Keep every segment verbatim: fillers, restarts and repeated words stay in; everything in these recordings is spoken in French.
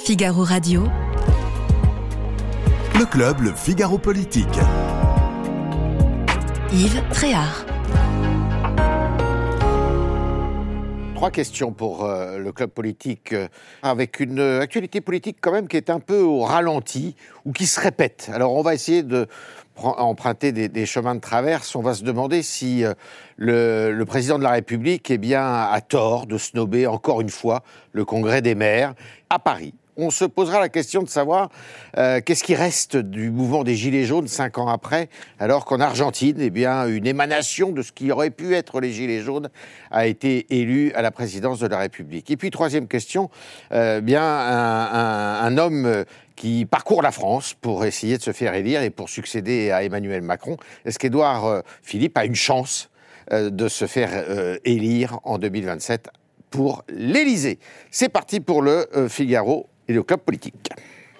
Figaro Radio. Le club, le Figaro Politique. Yves Tréhard. Trois questions pour euh, le club politique, euh, avec une euh, actualité politique quand même qui est un peu au ralenti ou qui se répète. Alors on va essayer de pr- emprunter des, des chemins de traverse. On va se demander si euh, le, le président de la République eh bien, a tort de snober encore une fois le congrès des maires à Paris. On se posera la question de savoir euh, qu'est-ce qui reste du mouvement des Gilets jaunes cinq ans après, alors qu'en Argentine, eh bien, une émanation de ce qui aurait pu être les Gilets jaunes a été élue à la présidence de la République. Et puis, troisième question, euh, bien, un, un, un homme qui parcourt la France pour essayer de se faire élire et pour succéder à Emmanuel Macron. Est-ce qu'Édouard euh, Philippe a une chance euh, de se faire euh, élire en deux mille vingt-sept pour l'Élysée? C'est parti pour le euh, Figaro et le club politique.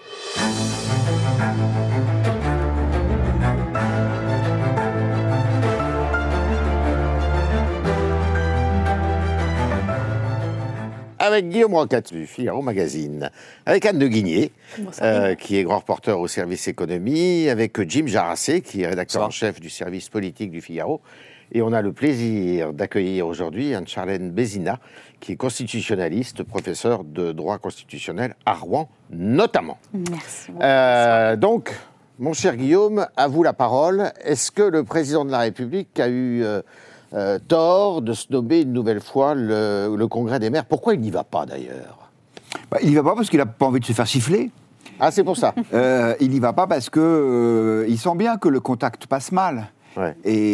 Avec Guillaume Rocat du Figaro Magazine, avec Anne de Guigné, euh, qui est grand reporter au service économie, avec Jim Jarassé, qui est rédacteur en chef du service politique du Figaro. Et on a le plaisir d'accueillir aujourd'hui Anne-Charlène Bézina, qui est constitutionnaliste, professeur de droit constitutionnel à Rouen, notamment. Merci. Euh, donc, mon cher Guillaume, à vous la parole. Est-ce que le président de la République a eu euh, euh, tort de snober une nouvelle fois le, le congrès des maires? Pourquoi il n'y va pas, d'ailleurs? Bah, il n'y va pas parce qu'il n'a pas envie de se faire siffler. Ah, c'est pour ça. euh, il n'y va pas parce qu'il euh, sent bien que le contact passe mal. Ouais.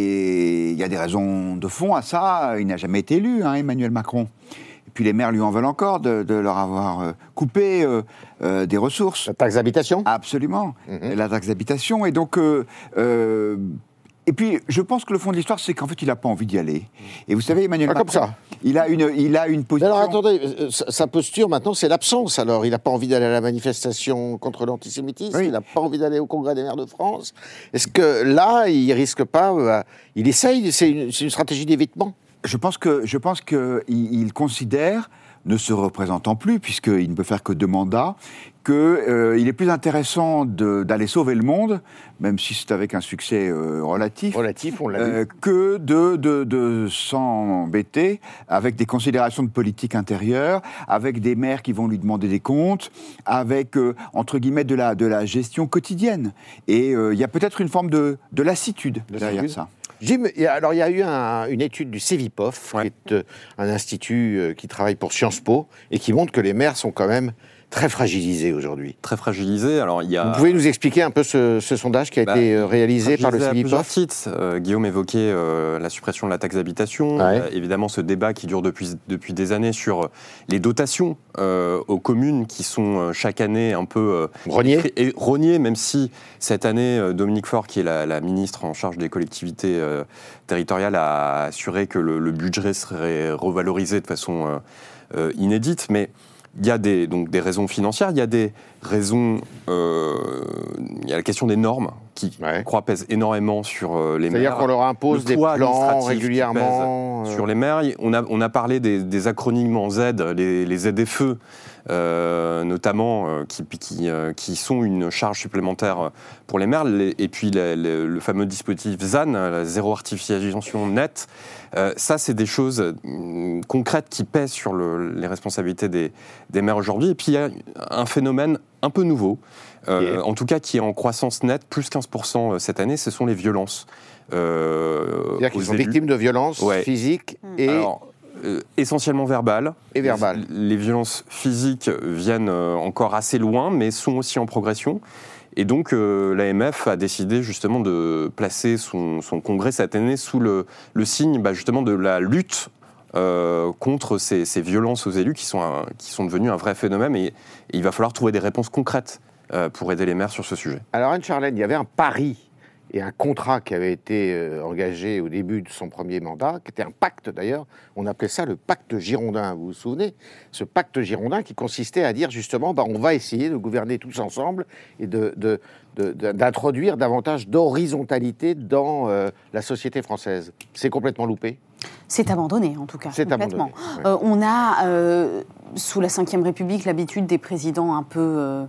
Et il y a des raisons de fond à ça. Il n'a jamais été élu, hein, Emmanuel Macron. Et puis les maires lui en veulent encore de, de leur avoir euh, coupé euh, euh, des ressources. La taxe d'habitation ? Absolument. Mm-hmm. La taxe d'habitation. Et donc... Euh, euh, Et puis, je pense que le fond de l'histoire, c'est qu'en fait, il n'a pas envie d'y aller. Et vous savez, Emmanuel ah, Macron, comme ça. Il a une, il a une position... Alors, attendez, sa posture, maintenant, c'est l'absence. Alors, il n'a pas envie d'aller à la manifestation contre l'antisémitisme, oui. Il n'a pas envie d'aller au Congrès des maires de France. Est-ce que là, il ne risque pas... Euh, il essaye, c'est une, c'est une stratégie d'évitement? Je pense que, je pense qu'il il considère, ne se représentant plus, puisqu'il ne peut faire que deux mandats, qu'il euh, est plus intéressant de, d'aller sauver le monde, même si c'est avec un succès euh, relatif, relatif on l'a euh, vu. que de, de, de s'embêter avec des considérations de politique intérieure, avec des maires qui vont lui demander des comptes, avec, euh, entre guillemets, de la, de la gestion quotidienne. Et il euh, y a peut-être une forme de, de lassitude de derrière ça. Jim, alors il y a eu un, une étude du Cevipof, ouais. qui est euh, un institut euh, qui travaille pour Sciences Po, et qui montre que les maires sont quand même très fragilisés aujourd'hui. Très fragilisés. Alors, il y a... Vous pouvez nous expliquer un peu ce, ce sondage qui a bah, été euh, réalisé par le Cevipof ? euh, Guillaume évoquait euh, la suppression de la taxe d'habitation, ouais. euh, évidemment ce débat qui dure depuis, depuis des années sur les dotations euh, aux communes qui sont euh, chaque année un peu... Euh, rognées. Et rognées, même si cette année, euh, Dominique Faure, qui est la, la ministre en charge des collectivités euh, territoriales, a assuré que le, le budget serait revalorisé de façon euh, euh, inédite, mais... Il y a des, donc des raisons financières, il y a des raisons... Euh, il y a la question des normes qui, ouais. je crois, pèsent énormément sur euh, les C'est-à-dire maires. C'est-à-dire qu'on leur impose des plans régulièrement euh... Sur les maires, on a, on a parlé des, des acronymes en Z, les, les Z F E, euh, notamment, euh, qui, qui, euh, qui sont une charge supplémentaire pour les maires, les, et puis les, les, le fameux dispositif Z A N, la zéro artificialisation nette. Euh, ça, c'est des choses euh, concrètes qui pèsent sur le, les responsabilités des, des maires aujourd'hui. Et puis, il y a un phénomène un peu nouveau, euh, yeah. en tout cas qui est en croissance nette, plus quinze pour cent cette année, ce sont les violences. Euh, C'est-à-dire qu'ils sont élus. Victimes de violences ouais. physiques et... Alors, euh, essentiellement verbales. Et verbales. Les, les violences physiques viennent euh, encore assez loin, mais sont aussi en progression. Et donc, euh, l'A M F a décidé justement de placer son, son congrès cette année sous le, le signe bah, justement de la lutte euh, contre ces, ces violences aux élus qui sont, un, qui sont devenues un vrai phénomène. Et, et il va falloir trouver des réponses concrètes euh, pour aider les maires sur ce sujet. Alors Anne-Charlène, il y avait un pari et un contrat qui avait été euh, engagé au début de son premier mandat, qui était un pacte d'ailleurs, on appelait ça le pacte girondin, vous vous souvenez ? Ce pacte girondin qui consistait à dire justement, bah, on va essayer de gouverner tous ensemble et de, de, de, de, d'introduire davantage d'horizontalité dans euh, la société française. C'est complètement loupé ? C'est abandonné, en tout cas. C'est abandonné. Ouais. Euh, on a... Euh, sous la cinquième République, l'habitude des présidents un peu... Euh,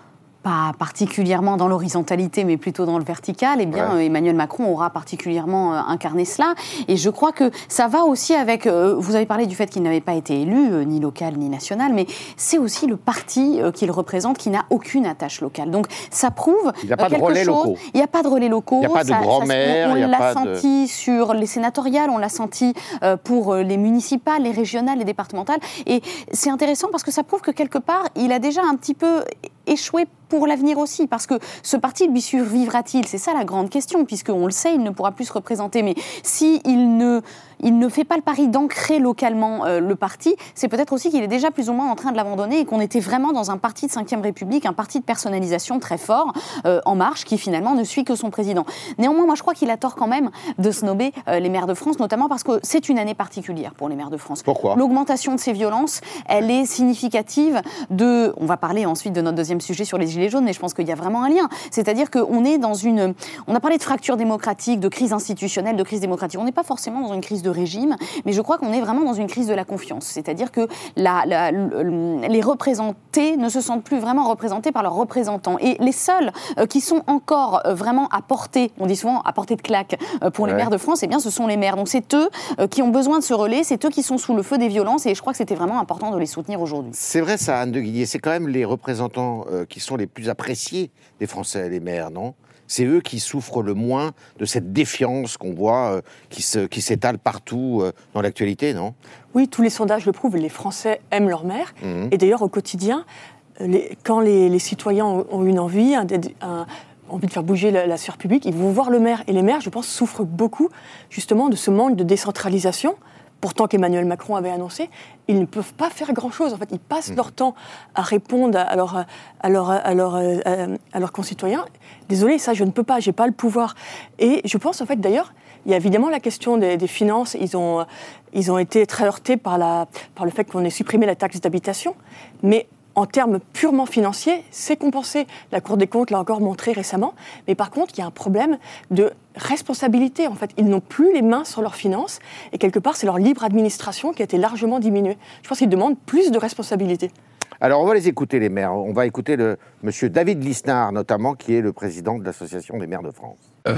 pas particulièrement dans l'horizontalité, mais plutôt dans le vertical, eh bien, ouais. Emmanuel Macron aura particulièrement euh, incarné cela. Et je crois que ça va aussi avec... Euh, vous avez parlé du fait qu'il n'avait pas été élu, euh, ni local, ni national, mais c'est aussi le parti euh, qu'il représente qui n'a aucune attache locale. Donc, ça prouve il n'y a pas euh, quelque de relais chose. Locaux. Il n'y a pas de relais locaux. Il n'y a pas de grand-mère. On, on l'a pas senti de... sur les sénatoriales, on l'a senti euh, pour les municipales, les régionales, les départementales. Et c'est intéressant parce que ça prouve que quelque part, il a déjà un petit peu échoué pour l'avenir aussi, parce que ce parti lui survivra-t-il ? C'est ça la grande question, puisqu'on le sait, il ne pourra plus se représenter. Mais s'il ne, il ne fait pas le pari d'ancrer localement euh, le parti, c'est peut-être aussi qu'il est déjà plus ou moins en train de l'abandonner et qu'on était vraiment dans un parti de cinquième République, un parti de personnalisation très fort, euh, En Marche, qui finalement ne suit que son président. Néanmoins, moi je crois qu'il a tort quand même de snober euh, les maires de France, notamment parce que c'est une année particulière pour les maires de France. Pourquoi ? L'augmentation de ces violences, elle est significative de... On va parler ensuite de notre deuxième sujet sur les Gilets jaunes, mais je pense qu'il y a vraiment un lien. C'est-à-dire qu'on est dans une... On a parlé de fracture démocratique, de crise institutionnelle, de crise démocratique. On n'est pas forcément dans une crise de régime, mais je crois qu'on est vraiment dans une crise de la confiance. C'est-à-dire que la, la, les représentés ne se sentent plus vraiment représentés par leurs représentants. Et les seuls euh, qui sont encore euh, vraiment à portée, on dit souvent à portée de claque euh, pour les ouais. maires de France, eh bien ce sont les maires. Donc c'est eux euh, qui ont besoin de ce relais, c'est eux qui sont sous le feu des violences, et je crois que c'était vraiment important de les soutenir aujourd'hui. C'est vrai ça, Anne de Guillier, c'est quand même les représentants euh, qui sont les plus appréciés des Français, les maires, non ? C'est eux qui souffrent le moins de cette défiance qu'on voit, euh, qui, se, qui s'étale partout euh, dans l'actualité, non ? Oui, tous les sondages le prouvent, les Français aiment leur maire. Mmh. Et d'ailleurs, au quotidien, les, quand les, les citoyens ont, ont une envie, un, un, envie de faire bouger la, la sphère publique, ils vont voir le maire. Et les maires, je pense, souffrent beaucoup, justement, de ce manque de décentralisation. Pourtant qu'Emmanuel Macron avait annoncé, ils ne peuvent pas faire grand-chose. En fait, ils passent mmh. leur temps à répondre à, leur, à, leur, à, leur, à leurs concitoyens. Désolé, ça, je ne peux pas, je n'ai pas le pouvoir. Et je pense, en fait, d'ailleurs, il y a évidemment la question des, des finances. Ils ont, ils ont été très heurtés par, la, par le fait qu'on ait supprimé la taxe d'habitation. Mais en termes purement financiers, c'est compensé. La Cour des comptes l'a encore montré récemment. Mais par contre, il y a un problème de responsabilité. En fait, ils n'ont plus les mains sur leurs finances. Et quelque part, c'est leur libre administration qui a été largement diminuée. Je pense qu'ils demandent plus de responsabilité. Alors, on va les écouter, les maires. On va écouter le monsieur David Lisnard, notamment, qui est le président de l'Association des maires de France.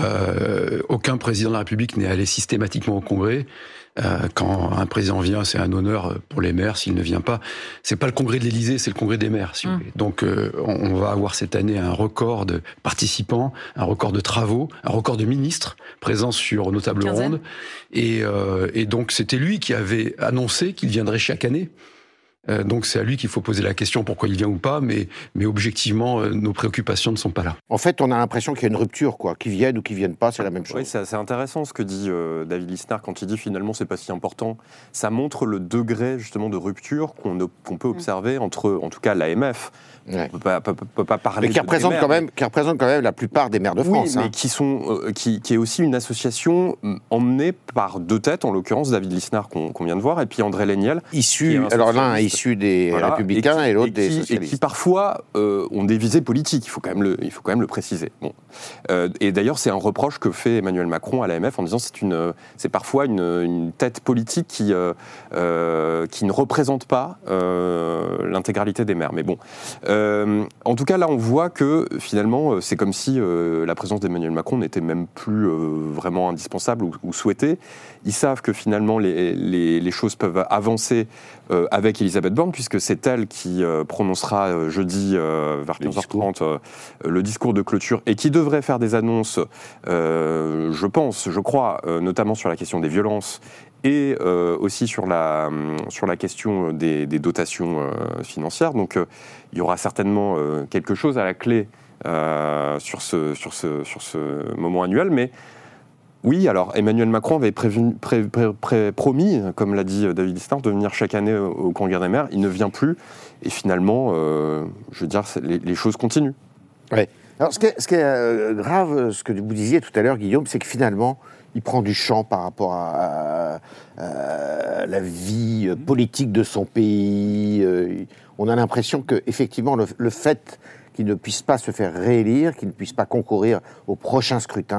Euh, aucun président de la République n'est allé systématiquement au Congrès. Euh, quand un président vient, c'est un honneur pour les maires. S'il ne vient pas, c'est pas le Congrès de l'Élysée, c'est le Congrès des maires. Si mmh. vous voulez. Donc, euh, on, on va avoir cette année un record de participants, un record de travaux, un record de ministres présents sur nos tables rondes. Et, euh, et donc, c'était lui qui avait annoncé qu'il viendrait chaque année. Euh, donc c'est à lui qu'il faut poser la question pourquoi il vient ou pas, mais, mais objectivement, euh, nos préoccupations ne sont pas là. En fait, on a l'impression qu'il y a une rupture, quoi. Qu'ils viennent ou qu'ils viennent pas, c'est la même chose. Oui, c'est assez intéressant ce que dit euh, David Lisnard quand il dit finalement c'est pas si important. Ça montre le degré justement de rupture qu'on, qu'on peut observer entre, en tout cas, l'A M F. Ouais. On ne peut, peut, peut pas parler mais qui de représente, quand même, qui représente quand même la plupart des maires de France. Oui, mais hein. qui, sont, euh, qui, qui est aussi une association emmenée par deux têtes, en l'occurrence David Lisnard qu'on, qu'on vient de voir, et puis André Léniel. Issu, alors l'un est issu des voilà, Républicains et, qui, et l'autre et qui, des socialistes. Et qui parfois euh, ont des visées politiques, il faut quand même le, il faut quand même le préciser. Bon. Euh, et d'ailleurs, c'est un reproche que fait Emmanuel Macron à l'A M F en disant que c'est, une, c'est parfois une, une tête politique qui, euh, euh, qui ne représente pas euh, l'intégralité des maires. Mais bon. Euh, en tout cas, là, on voit que finalement, c'est comme si euh, la présence d'Emmanuel Macron n'était même plus euh, vraiment indispensable ou, ou souhaitée. Ils savent que finalement, les, les, les choses peuvent avancer euh, avec Elisabeth Borne, puisque c'est elle qui euh, prononcera euh, jeudi euh, vers quinze heures trente euh, le discours de clôture et qui devrait faire des annonces, euh, je pense, je crois, euh, notamment sur la question des violences et euh, aussi sur la, sur la question des, des dotations euh, financières. Donc euh, il y aura certainement euh, quelque chose à la clé euh, sur, ce, sur, ce, sur ce moment annuel. Mais oui, alors Emmanuel Macron avait prévu, pré, pré, pré, promis, comme l'a dit David Lisnard, de venir chaque année au Congrès des maires. Il ne vient plus. Et finalement, euh, je veux dire, les, les choses continuent. Ouais. Alors ce qui est, ce qui est euh, grave, ce que vous disiez tout à l'heure, Guillaume, c'est que finalement, il prend du champ par rapport à, à, à la vie politique de son pays. On a l'impression que, effectivement, le, le fait qu'il ne puisse pas se faire réélire, qu'il ne puisse pas concourir au prochain scrutin,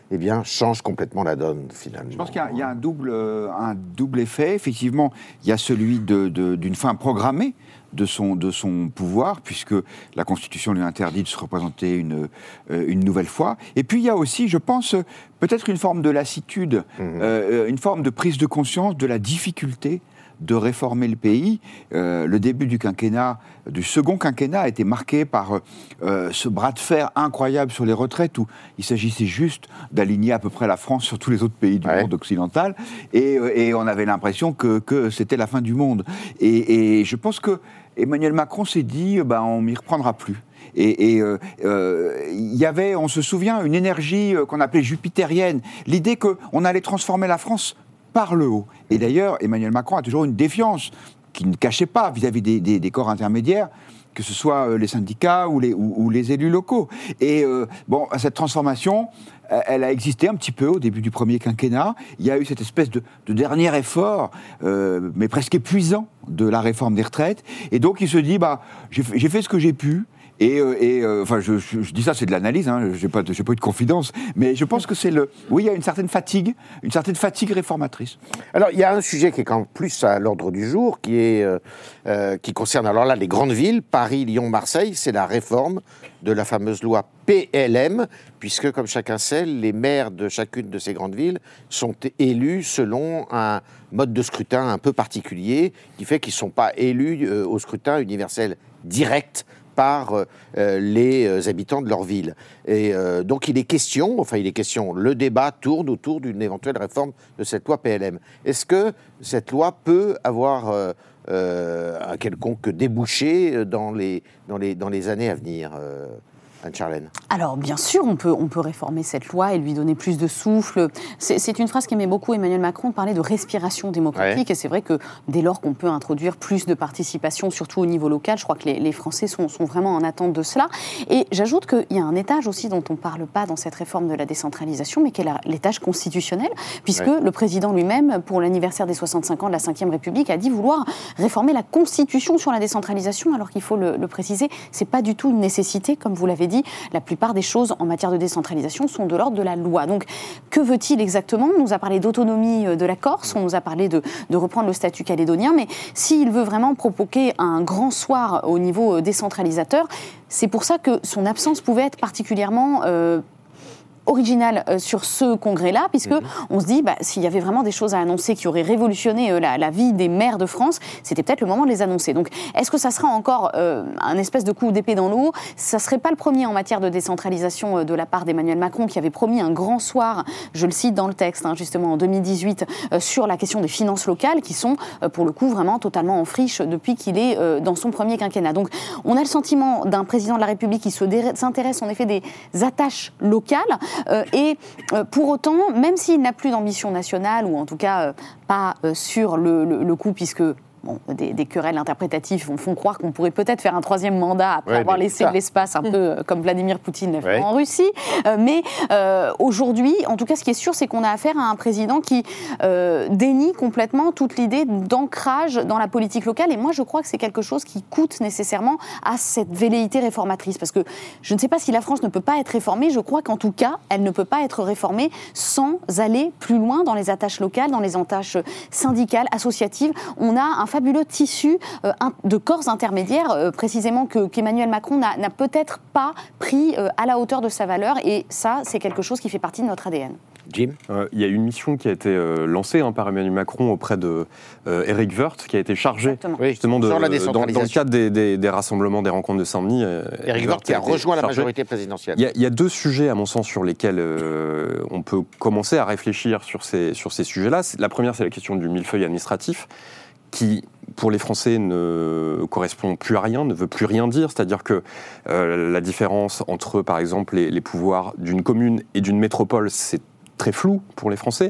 eh bien, change complètement la donne, finalement. Je pense qu'il y a, il y a un, double, un double effet. Effectivement, il y a celui de, de, d'une fin programmée de son, de son pouvoir, puisque la Constitution lui interdit de se représenter une, euh, une nouvelle fois. Et puis, il y a aussi, je pense, peut-être une forme de lassitude, mmh. euh, une forme de prise de conscience de la difficulté de réformer le pays. Euh, le début du quinquennat, du second quinquennat, a été marqué par euh, ce bras de fer incroyable sur les retraites, où il s'agissait juste d'aligner à peu près la France sur tous les autres pays du ouais. monde occidental, et, et on avait l'impression que, que c'était la fin du monde. Et, et je pense que Emmanuel Macron s'est dit, ben, on m'y reprendra plus. Et il euh, euh, y avait, on se souvient, une énergie euh, qu'on appelait jupitérienne, l'idée qu'on allait transformer la France par le haut. Et d'ailleurs, Emmanuel Macron a toujours une défiance qu'il ne cachait pas vis-à-vis des, des, des corps intermédiaires, que ce soit les syndicats ou les, ou, ou les élus locaux. Et euh, bon, cette transformation, elle a existé un petit peu au début du premier quinquennat. Il y a eu cette espèce de, de dernier effort, euh, mais presque épuisant, de la réforme des retraites. Et donc, il se dit, bah, j'ai, j'ai fait ce que j'ai pu. Et, euh, et euh, enfin, je, je, je dis ça, c'est de l'analyse, hein, j'ai pas, j'ai pas eu de confidence, mais je pense que c'est le, oui, il y a une certaine fatigue, une certaine fatigue réformatrice. Alors, il y a un sujet qui est quand même plus à l'ordre du jour, qui est, euh, euh, qui concerne alors là les grandes villes, Paris, Lyon, Marseille, c'est la réforme de la fameuse loi P L M, puisque, comme chacun sait, les maires de chacune de ces grandes villes sont élus selon un mode de scrutin un peu particulier, qui fait qu'ils ne sont pas élus euh, au scrutin universel direct par euh, les habitants de leur ville. Et euh, donc il est question, enfin il est question, le débat tourne autour d'une éventuelle réforme de cette loi P L M. Est-ce que cette loi peut avoir euh, euh, un quelconque débouché dans les, dans les, dans les années à venir euh Anne-Charlène? Alors, bien sûr, on peut, on peut réformer cette loi et lui donner plus de souffle. C'est, c'est une phrase qu'aimait beaucoup Emmanuel Macron, de parler de respiration démocratique. Ouais. Et c'est vrai que dès lors qu'on peut introduire plus de participation, surtout au niveau local, je crois que les, les Français sont, sont vraiment en attente de cela. Et j'ajoute qu'il y a un étage aussi dont on ne parle pas dans cette réforme de la décentralisation, mais qui est la, l'étage constitutionnel, puisque ouais. le président lui-même, pour l'anniversaire des soixante-cinq ans de la cinquième République, a dit vouloir réformer la Constitution sur la décentralisation, alors qu'il faut le, le préciser, c'est pas du tout une nécessité, comme vous l'avez dit. La plupart des choses en matière de décentralisation sont de l'ordre de la loi. Donc, que veut-il exactement ? On nous a parlé d'autonomie de la Corse, on nous a parlé de, de reprendre le statut calédonien, mais s'il veut vraiment provoquer un grand soir au niveau décentralisateur, c'est pour ça que son absence pouvait être particulièrement euh, original euh, sur ce congrès-là, puisque mmh. on se dit, bah, s'il y avait vraiment des choses à annoncer qui auraient révolutionné euh, la, la vie des maires de France, c'était peut-être le moment de les annoncer. Donc, est-ce que ça sera encore euh, un espèce de coup d'épée dans l'eau ? Ça ne serait pas le premier en matière de décentralisation euh, de la part d'Emmanuel Macron, qui avait promis un grand soir, je le cite dans le texte, hein, justement en deux mille dix-huit, euh, sur la question des finances locales, qui sont, euh, pour le coup, vraiment totalement en friche depuis qu'il est euh, dans son premier quinquennat. Donc, on a le sentiment d'un président de la République qui se dé- s'intéresse en effet des attaches locales, Euh, et euh, pour autant, même s'il n'a plus d'ambition nationale, ou en tout cas euh, pas euh, sur le, le, le coup, puisque bon, des, des querelles interprétatives font croire qu'on pourrait peut-être faire un troisième mandat après ouais, avoir laissé ça. de l'espace, un peu euh, comme Vladimir Poutine l'a fait ouais. en Russie. Euh, mais euh, aujourd'hui, en tout cas, ce qui est sûr, c'est qu'on a affaire à un président qui euh, dénie complètement toute l'idée d'ancrage dans la politique locale. Et moi, je crois que c'est quelque chose qui coûte nécessairement à cette velléité réformatrice. Parce que je ne sais pas si la France ne peut pas être réformée. Je crois qu'en tout cas, elle ne peut pas être réformée sans aller plus loin dans les attaches locales, dans les attaches syndicales, associatives. On a un fabuleux tissu euh, de corps intermédiaires, euh, précisément que, qu'Emmanuel Macron n'a, n'a peut-être pas pris euh, à la hauteur de sa valeur. Et ça, c'est quelque chose qui fait partie de notre A D N. Jim ? euh, Il y a une mission qui a été euh, lancée hein, par Emmanuel Macron auprès de euh, Éric Woerth, qui a été chargé oui, justement de, dans, la dans, dans le cadre des, des, des rassemblements, des rencontres de Saint-Denis. Euh, Éric Woerth qui a rejoint la majorité présidentielle. Il y, a, il y a deux sujets, à mon sens, sur lesquels euh, on peut commencer à réfléchir sur ces, sur ces sujets-là. La première, c'est la question du millefeuille administratif, qui, pour les Français, ne correspond plus à rien, ne veut plus rien dire. C'est-à-dire que euh, la différence entre, par exemple, les, les pouvoirs d'une commune et d'une métropole, c'est très flou pour les Français.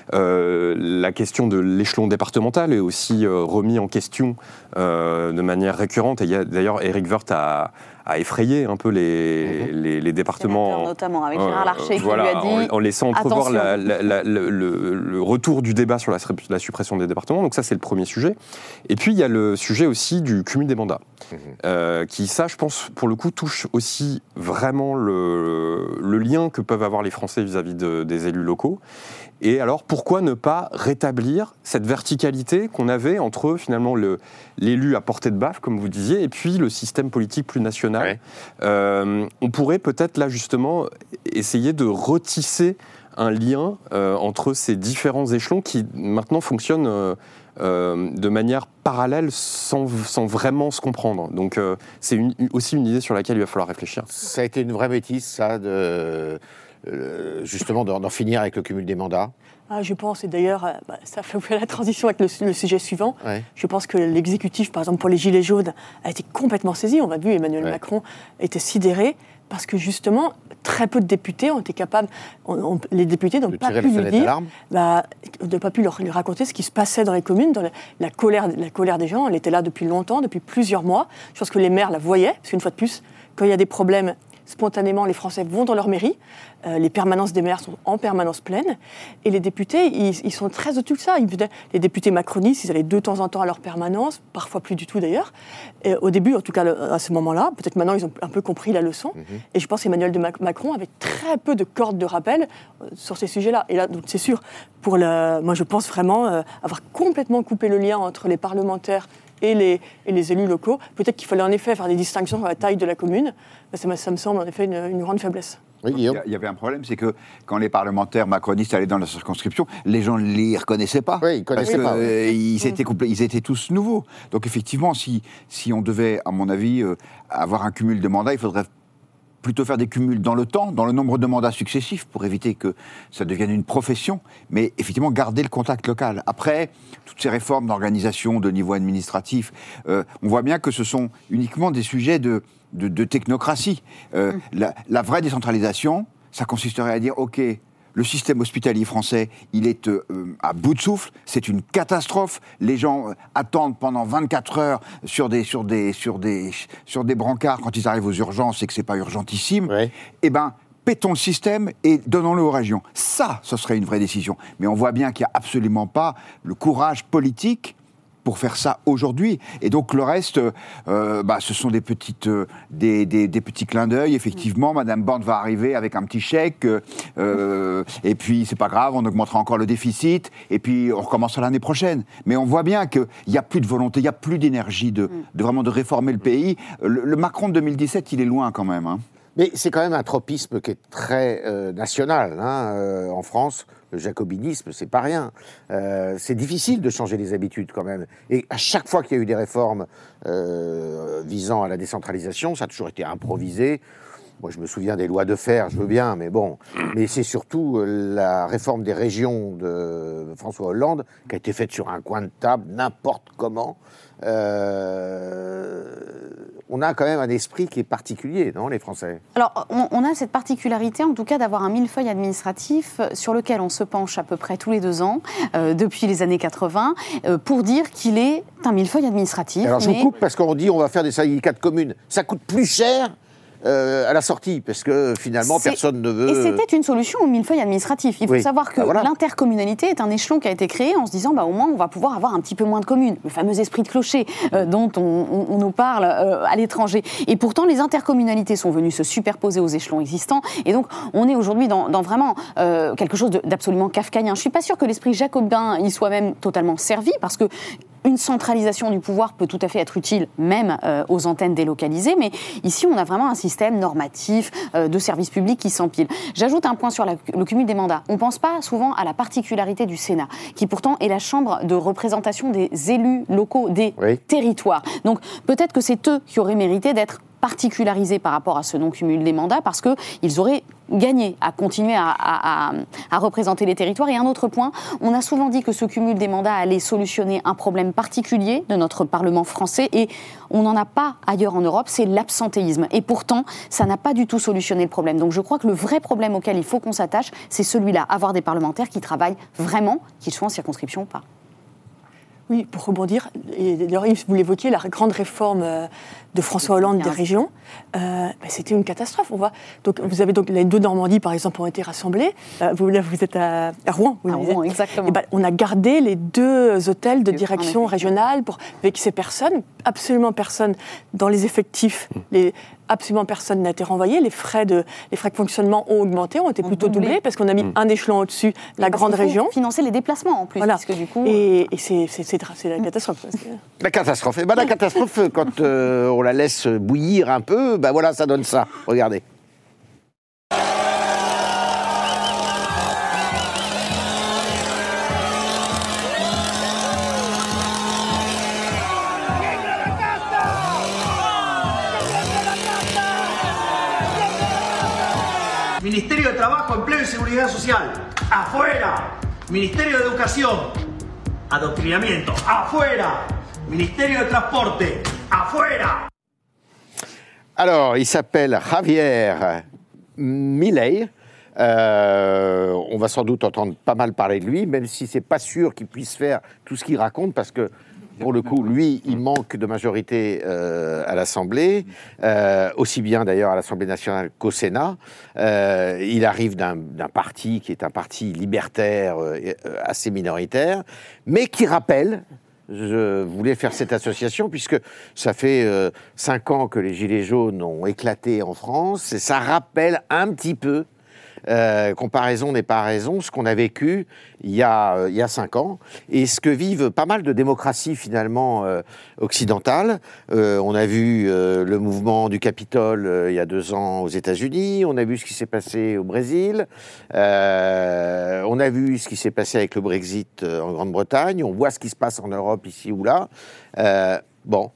Euh, la question de l'échelon départemental est aussi euh, remis en question euh, de manière récurrente. Et il y a, d'ailleurs, Éric Woerth a, a effrayé un peu les, les, les départements. Notamment avec Gérard Larcher euh, voilà, qui lui a dit en, en laissant entrevoir attention. la, la, la, le, le retour du débat sur la, la suppression des départements. Donc ça, c'est le premier sujet. Et puis, il y a le sujet aussi du cumul des mandats, mmh. euh, qui, ça, je pense, pour le coup, touche aussi vraiment le, le lien que peuvent avoir les Français vis-à-vis de, des élus locaux. Et alors, pourquoi ne pas rétablir cette verticalité qu'on avait entre, finalement, le, l'élu à portée de baffe, comme vous disiez, et puis le système politique plus national. Ouais. Euh, on pourrait peut-être, là, justement, essayer de retisser un lien euh, entre ces différents échelons qui, maintenant, fonctionnent euh, euh, de manière parallèle sans, sans vraiment se comprendre. Donc, euh, c'est une, aussi une idée sur laquelle il va falloir réfléchir. Ça a été une vraie bêtise, ça, de... Euh, justement d'en, d'en finir avec le cumul des mandats. Ah, je pense, et d'ailleurs, euh, bah, ça fait la transition avec le, le sujet suivant. Ouais. Je pense que l'exécutif, par exemple, pour les Gilets jaunes, a été complètement saisi. On a vu, Emmanuel ouais. Macron était sidéré, parce que justement, très peu de députés ont été capables, on, on, les députés n'ont pas pu lui dire, bah, n'ont pas pu leur, lui raconter ce qui se passait dans les communes, dans la, la, colère, la colère des gens. Elle était là depuis longtemps, depuis plusieurs mois. Je pense que les maires la voyaient, parce qu'une fois de plus, quand il y a des problèmes, spontanément, les Français vont dans leur mairie. Euh, les permanences des maires sont en permanence pleines. Et les députés, ils, ils sont très au-dessus de ça. Ils, les députés macronistes, ils allaient de temps en temps à leur permanence, parfois plus du tout d'ailleurs. Et au début, en tout cas à ce moment-là, peut-être maintenant, ils ont un peu compris la leçon. Mmh. Et je pense qu'Emmanuel de Mac- Macron avait très peu de cordes de rappel euh, sur ces sujets-là. Et là, donc, c'est sûr, pour le, moi je pense vraiment euh, avoir complètement coupé le lien entre les parlementaires Et les, et les élus locaux. Peut-être qu'il fallait en effet faire des distinctions sur la taille de la commune. Ça, ça me semble en effet une, une grande faiblesse. Oui, il y avait un problème, c'est que quand les parlementaires macronistes allaient dans la circonscription, les gens ne les reconnaissaient pas. Oui, ils connaissaient parce pas. Que, euh, oui. ils, étaient compl- ils étaient tous nouveaux. Donc effectivement, si, si on devait, à mon avis, euh, avoir un cumul de mandats, il faudrait plutôt faire des cumuls dans le temps, dans le nombre de mandats successifs, pour éviter que ça devienne une profession, mais effectivement garder le contact local. Après, toutes ces réformes d'organisation de niveau administratif, euh, on voit bien que ce sont uniquement des sujets de, de, de technocratie. Euh, mmh. la, la vraie décentralisation, ça consisterait à dire, OK, le système hospitalier français, il est euh, à bout de souffle, c'est une catastrophe. Les gens euh, attendent pendant vingt-quatre heures sur des, sur, des, sur, des, sur des brancards quand ils arrivent aux urgences et que c'est pas urgentissime. Ouais. Eh bien, pétons le système et donnons-le aux régions. Ça, ce serait une vraie décision. Mais on voit bien qu'il n'y a absolument pas le courage politique pour faire ça aujourd'hui. Et donc le reste, euh, bah, ce sont des, petites, euh, des, des, des petits clins d'œil. Effectivement, mmh. Madame Borne va arriver avec un petit chèque, euh, et puis c'est pas grave, on augmentera encore le déficit, et puis on recommencera l'année prochaine. Mais on voit bien qu'il n'y a plus de volonté, il n'y a plus d'énergie de, mmh. de vraiment de réformer le pays. Le, le Macron de deux mille dix-sept, il est loin quand même. Hein. Mais c'est quand même un tropisme qui est très euh, national hein, euh, en France. Le jacobinisme, c'est pas rien. Euh, c'est difficile de changer les habitudes quand même. Et à chaque fois qu'il y a eu des réformes euh, visant à la décentralisation, ça a toujours été improvisé. Moi, je me souviens des lois de fer, je veux bien, mais bon. Mais c'est surtout la réforme des régions de François Hollande qui a été faite sur un coin de table, n'importe comment. Euh, on a quand même un esprit qui est particulier, non, les Français ? Alors, on, on a cette particularité, en tout cas, d'avoir un millefeuille administratif sur lequel on se penche à peu près tous les deux ans, euh, depuis les années quatre-vingts, euh, pour dire qu'il est un millefeuille administratif. Alors, je mais... vous coupe parce qu'on dit on va faire des syndicats de communes. Ça coûte plus cher Euh, à la sortie, parce que finalement, c'est... personne ne veut... Et c'était une solution au millefeuille administratif. Il faut oui. savoir que bah voilà. l'intercommunalité est un échelon qui a été créé en se disant, bah, au moins, on va pouvoir avoir un petit peu moins de communes. Le fameux esprit de clocher euh, dont on, on, on nous parle euh, à l'étranger. Et pourtant, les intercommunalités sont venues se superposer aux échelons existants. Et donc, on est aujourd'hui dans, dans vraiment euh, quelque chose de, d'absolument kafkaïen. Je ne suis pas sûre que l'esprit jacobin y soit même totalement servi, parce que une centralisation du pouvoir peut tout à fait être utile, même euh, aux antennes délocalisées, mais ici, on a vraiment un système normatif euh, de services publics qui s'empile. J'ajoute un point sur la, le cumul des mandats. On ne pense pas souvent à la particularité du Sénat, qui pourtant est la chambre de représentation des élus locaux, des oui. territoires. Donc, peut-être que c'est eux qui auraient mérité d'être particularisés par rapport à ce non-cumul des mandats, parce qu'ils auraient gagné à continuer à, à, à, à représenter les territoires. Et un autre point, on a souvent dit que ce cumul des mandats allait solutionner un problème particulier de notre Parlement français, et on n'en a pas ailleurs en Europe, c'est l'absentéisme. Et pourtant, ça n'a pas du tout solutionné le problème. Donc je crois que le vrai problème auquel il faut qu'on s'attache, c'est celui-là, avoir des parlementaires qui travaillent vraiment, qu'ils soient en circonscription ou pas. Oui, pour rebondir, et d'ailleurs, Yves, vous l'évoquiez, la grande réforme de François Hollande des régions, euh, ben, c'était une catastrophe. On voit. Donc, vous avez donc les deux Normandies, par exemple, ont été rassemblées. Euh, vous, là, vous êtes à, à Rouen. Vous à Rouen, exactement. Et ben, on a gardé les deux hôtels de direction régionale pour, avec ces personnes, absolument personne dans les effectifs. Les, absolument personne n'a été renvoyé. Les frais de, les frais de fonctionnement ont augmenté, ont été on plutôt doublés, doublés parce qu'on a mis mmh. un échelon au-dessus, la grande région. Financer les déplacements en plus, voilà. parce que du coup. Et, et c'est, c'est, c'est, c'est la catastrophe. Parce que... La catastrophe. Et ben, la catastrophe, quand euh, on la laisse bouillir un peu, ben voilà, ça donne ça. Regardez. Ministerio de Trabajo, Empleo y Seguridad Social, afuera. Ministerio de Educación, adoctrinamiento, afuera. Ministerio de Transporte, afuera. Alors, il s'appelle Javier Milei. Euh, on va sans doute entendre pas mal parler de lui, même si c'est pas sûr qu'il puisse faire tout ce qu'il raconte, parce que pour le coup, lui, il manque de majorité euh, à l'Assemblée, euh, aussi bien d'ailleurs à l'Assemblée nationale qu'au Sénat. Euh, il arrive d'un, d'un parti qui est un parti libertaire euh, assez minoritaire, mais qui rappelle, je voulais faire cette association, puisque ça fait euh, cinq ans que les Gilets jaunes ont éclaté en France, et ça rappelle un petit peu, Euh, comparaison n'est pas raison, ce qu'on a vécu il y a, euh, il y a cinq ans et ce que vivent pas mal de démocraties finalement euh, occidentales. Euh, on a vu euh, le mouvement du Capitole euh, il y a deux ans aux États-Unis, on a vu ce qui s'est passé au Brésil, euh, on a vu ce qui s'est passé avec le Brexit euh, en Grande-Bretagne, on voit ce qui se passe en Europe ici ou là. Euh, bon,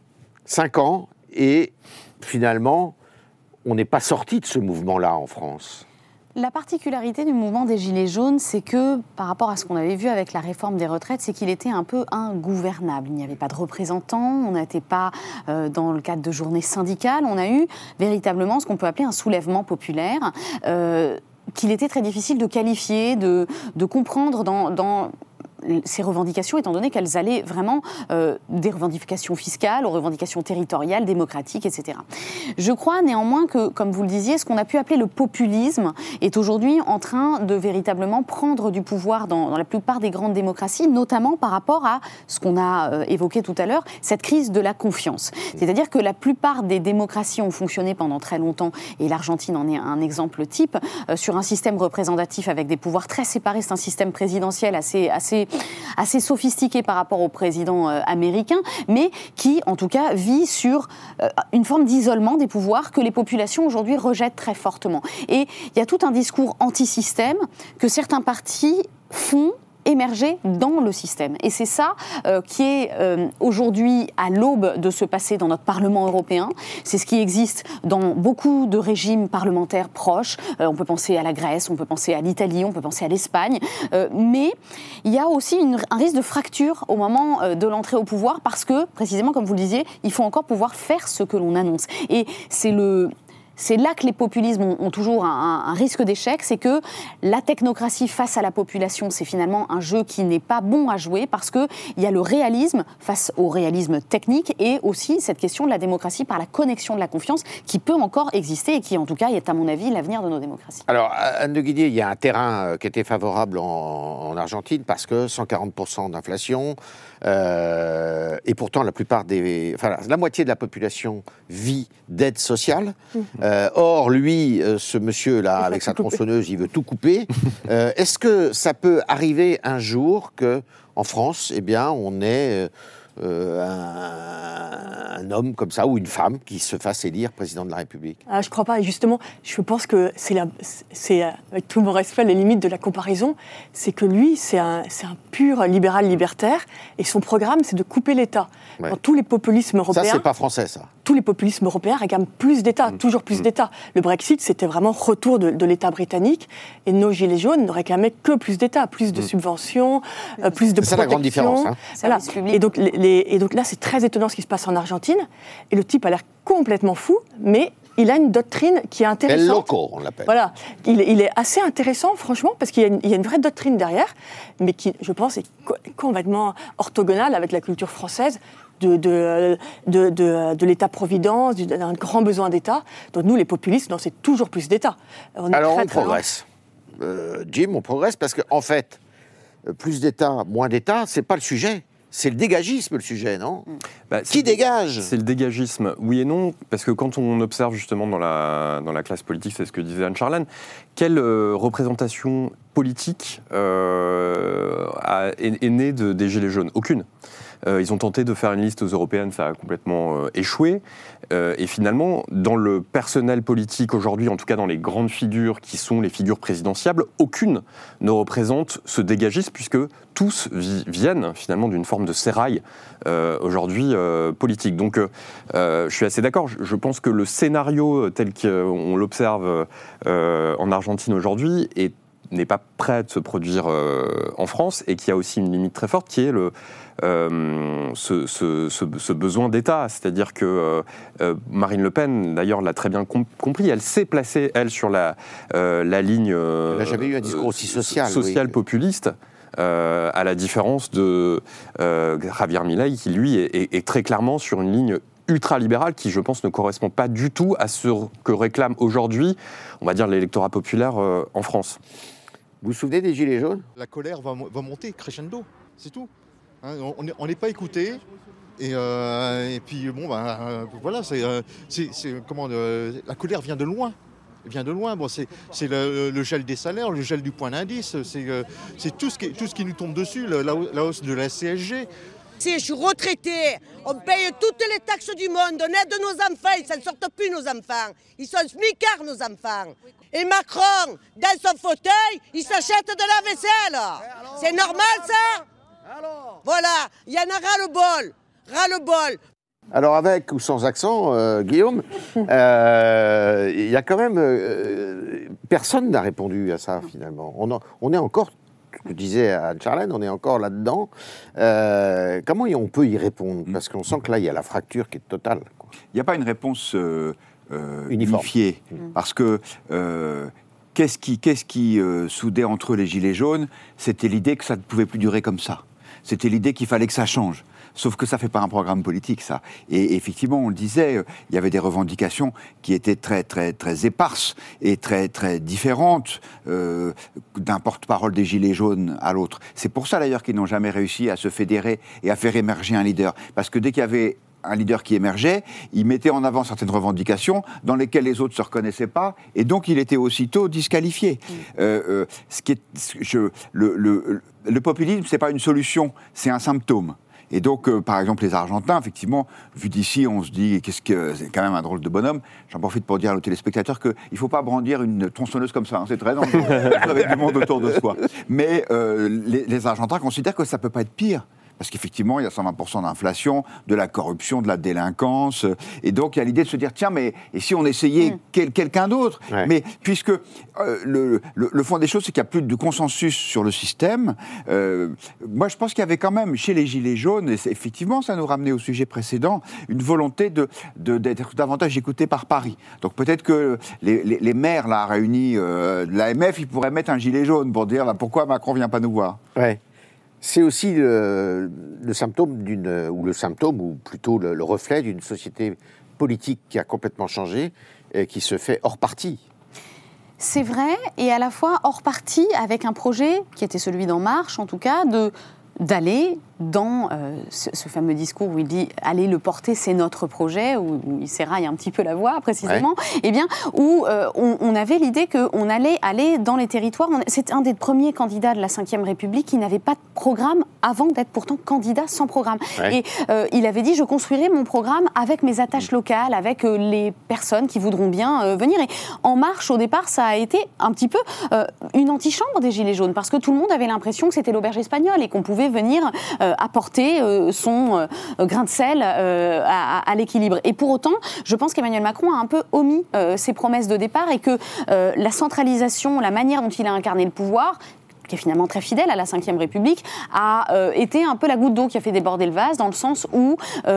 cinq ans et finalement, on n'est pas sorti de ce mouvement-là en France. La particularité du mouvement des Gilets jaunes, c'est que, par rapport à ce qu'on avait vu avec la réforme des retraites, c'est qu'il était un peu ingouvernable. Il n'y avait pas de représentants, on n'était pas euh, dans le cadre de journées syndicales, on a eu véritablement ce qu'on peut appeler un soulèvement populaire, euh, qu'il était très difficile de qualifier, de, de comprendre dans... dans ces revendications, étant donné qu'elles allaient vraiment euh, des revendications fiscales aux revendications territoriales, démocratiques, et cetera. Je crois néanmoins que, comme vous le disiez, ce qu'on a pu appeler le populisme est aujourd'hui en train de véritablement prendre du pouvoir dans, dans la plupart des grandes démocraties, notamment par rapport à ce qu'on a euh, évoqué tout à l'heure, cette crise de la confiance. C'est-à-dire que la plupart des démocraties ont fonctionné pendant très longtemps, et l'Argentine en est un exemple type, euh, sur un système représentatif avec des pouvoirs très séparés. C'est un système présidentiel assez... assez assez sophistiqué par rapport au président euh, américain, mais qui, en tout cas, vit sur euh, une forme d'isolement des pouvoirs que les populations aujourd'hui rejettent très fortement. Et il y a tout un discours anti-système que certains partis font émerger dans le système. Et c'est ça euh, qui est euh, aujourd'hui à l'aube de se passer dans notre Parlement européen. C'est ce qui existe dans beaucoup de régimes parlementaires proches. Euh, on peut penser à la Grèce, on peut penser à l'Italie, on peut penser à l'Espagne. Euh, mais il y a aussi une, un risque de fracture au moment euh, de l'entrée au pouvoir parce que, précisément comme vous le disiez, il faut encore pouvoir faire ce que l'on annonce. Et c'est le... C'est là que les populismes ont, ont toujours un, un risque d'échec, c'est que la technocratie face à la population, c'est finalement un jeu qui n'est pas bon à jouer parce qu'il y a le réalisme face au réalisme technique et aussi cette question de la démocratie par la connexion de la confiance qui peut encore exister et qui, en tout cas, est à mon avis l'avenir de nos démocraties. Alors, Anne de Guigné, il y a un terrain qui était favorable en, en Argentine parce que cent quarante pour cent d'inflation euh, et pourtant la plupart des... Enfin, la, la moitié de la population vit d'aide sociale. Mmh. Euh, or, lui, euh, ce monsieur-là, avec sa tronçonneuse, il veut tout couper. Euh, est-ce que ça peut arriver un jour qu'en France, eh bien, on ait euh, un, un homme comme ça, ou une femme, qui se fasse élire président de la République ? Ah, je ne crois pas. Et justement, je pense que c'est, la, c'est, avec tout mon respect, les limites de la comparaison, c'est que lui, c'est un, c'est un pur libéral libertaire, et son programme, c'est de couper l'État. Ouais. Dans tous les populismes européens... Ça, c'est pas français, ça. Tous les populismes européens réclament plus d'État, mmh. toujours plus mmh. d'État. Le Brexit, c'était vraiment retour de, de l'État britannique, et nos Gilets jaunes ne réclamaient que plus d'État, plus de mmh. subventions, euh, plus de c'est protection. C'est la grande différence. Hein. Voilà. Et, donc, les, les, et donc là, c'est très étonnant ce qui se passe en Argentine, et le type a l'air complètement fou, mais il a une doctrine qui est intéressante. El Loco, on l'appelle. Voilà, il, il est assez intéressant, franchement, parce qu'il y a une, il y a une vraie doctrine derrière, mais qui, je pense, est co- complètement orthogonale avec la culture française de, de, de, de, de l'État-providence, d'un grand besoin d'État. Donc nous, les populistes, non, c'est toujours plus d'État. On est Alors très, on très progresse. Euh, Jim, on progresse parce qu'en en fait, plus d'État, moins d'État, c'est pas le sujet. C'est le dégagisme, le sujet, non ? Bah, Qui dégage ? C'est le dégagisme, oui et non, parce que quand on observe justement dans la, dans la classe politique, c'est ce que disait Anne Charlène, quelle euh, représentation politique euh, a, est, est née de, des Gilets jaunes ? Aucune. Euh, ils ont tenté de faire une liste aux européennes, ça a complètement euh, échoué. Euh, et finalement, dans le personnel politique aujourd'hui, en tout cas dans les grandes figures qui sont les figures présidentiables, aucune ne représente ce dégagisme, puisque tous vi- viennent finalement d'une forme de sérail euh, aujourd'hui euh, politique. Donc euh, je suis assez d'accord, je, je pense que le scénario tel qu'on l'observe euh, en Argentine aujourd'hui est n'est pas prêt de se produire euh, en France, et qu'il y a aussi une limite très forte qui est le, euh, ce, ce, ce, ce besoin d'État. C'est-à-dire que euh, Marine Le Pen, d'ailleurs, l'a très bien com- compris, elle s'est placée, elle, sur la, euh, la ligne euh, elle n'a jamais eu un discours aussi social. social oui. populiste, euh, à la différence de euh, Javier Milei, qui, lui, est, est, est très clairement sur une ligne ultra-libéral qui, je pense, ne correspond pas du tout à ce que réclame aujourd'hui, on va dire, l'électorat populaire euh, en France. Vous vous souvenez des Gilets jaunes ? La colère va, va monter crescendo, c'est tout. Hein, on n'est pas écouté. Et, euh, et puis, bon, ben, euh, voilà, c'est, euh, c'est, c'est, comment, euh, la colère vient de loin. Vient de loin. Bon, c'est, c'est le, le gel des salaires, le gel du point d'indice, c'est, euh, c'est tout, ce qui, tout ce qui nous tombe dessus, la, la hausse de la C S G. Si je suis retraité, on paye toutes les taxes du monde, on aide nos enfants, ils ne s'en sortent plus nos enfants. Ils sont smicards nos enfants. Et Macron, dans son fauteuil, il s'achète de la vaisselle. C'est normal ça ? Voilà, il y en a ras-le-bol, ras-le-bol. Alors avec ou sans accent, euh, Guillaume, euh, il y a quand même... Euh, personne n'a répondu à ça finalement. On, en, on est encore... Je disais à Anne-Charlène, on est encore là-dedans. Euh, comment on peut y répondre ? Parce qu'on sent que là, il y a la fracture qui est totale. Il n'y a pas une réponse euh, euh, Uniforme. unifiée. Mmh. Parce que euh, qu'est-ce qui, qu'est-ce qui euh, soudait entre eux les Gilets jaunes ? C'était l'idée que ça ne pouvait plus durer comme ça. C'était l'idée qu'il fallait que ça change. Sauf que ça ne fait pas un programme politique, ça. Et effectivement, on le disait, il y avait des revendications qui étaient très, très, très éparses et très, très différentes euh, d'un porte-parole des Gilets jaunes à l'autre. C'est pour ça, d'ailleurs, qu'ils n'ont jamais réussi à se fédérer et à faire émerger un leader. Parce que dès qu'il y avait un leader qui émergeait, il mettait en avant certaines revendications dans lesquelles les autres ne se reconnaissaient pas, et donc il était aussitôt disqualifié. Mmh. Euh, euh, ce qui est, je, le, le, le populisme, ce n'est pas une solution, c'est un symptôme. Et donc, euh, par exemple, les Argentins, effectivement, vu d'ici, on se dit, qu'est-ce que c'est quand même un drôle de bonhomme. J'en profite pour dire aux téléspectateurs qu'il ne faut pas brandir une tronçonneuse comme ça, hein, c'est très dangereux, avec du monde autour de soi. Mais euh, les, les Argentins considèrent que ça ne peut pas être pire. Parce qu'effectivement, il y a cent vingt pour cent d'inflation, de la corruption, de la délinquance. Et donc, il y a l'idée de se dire, tiens, mais et si on essayait mmh. quel, quelqu'un d'autre ? Ouais. Mais puisque euh, le, le, le fond des choses, c'est qu'il n'y a plus de consensus sur le système. Euh, moi, je pense qu'il y avait quand même, chez les Gilets jaunes, et effectivement, ça nous ramenait au sujet précédent, une volonté de, de, d'être davantage écoutés par Paris. Donc, peut-être que les, les, les maires, là, réunis euh, de l'A M F, ils pourraient mettre un gilet jaune pour dire, bah, pourquoi Macron ne vient pas nous voir ? Ouais. C'est aussi le, le symptôme d'une, ou le symptôme, ou plutôt le, le reflet d'une société politique qui a complètement changé et qui se fait hors parti. C'est vrai, et à la fois hors parti, avec un projet qui était celui d'En Marche, en tout cas, de, d'aller dans euh, ce, ce fameux discours où il dit « Allez le porter, c'est notre projet », où, où il s'éraille un petit peu la voix, précisément, ouais. eh bien, où euh, on, on avait l'idée qu'on allait aller dans les territoires. On, c'est un des premiers candidats de la cinquième République qui n'avait pas de programme avant d'être pourtant candidat sans programme. Ouais. Et euh, il avait dit « Je construirai mon programme avec mes attaches locales, avec euh, les personnes qui voudront bien euh, venir ». Et En Marche, au départ, ça a été un petit peu euh, une antichambre des Gilets jaunes, parce que tout le monde avait l'impression que c'était l'auberge espagnole et qu'on pouvait venir euh, apporter euh, son euh, grain de sel euh, à, à l'équilibre. Et pour autant, je pense qu'Emmanuel Macron a un peu omis euh, ses promesses de départ et que euh, la centralisation, la manière dont il a incarné le pouvoir, qui est finalement très fidèle à la cinquième République, a euh, été un peu la goutte d'eau qui a fait déborder le vase, dans le sens où euh,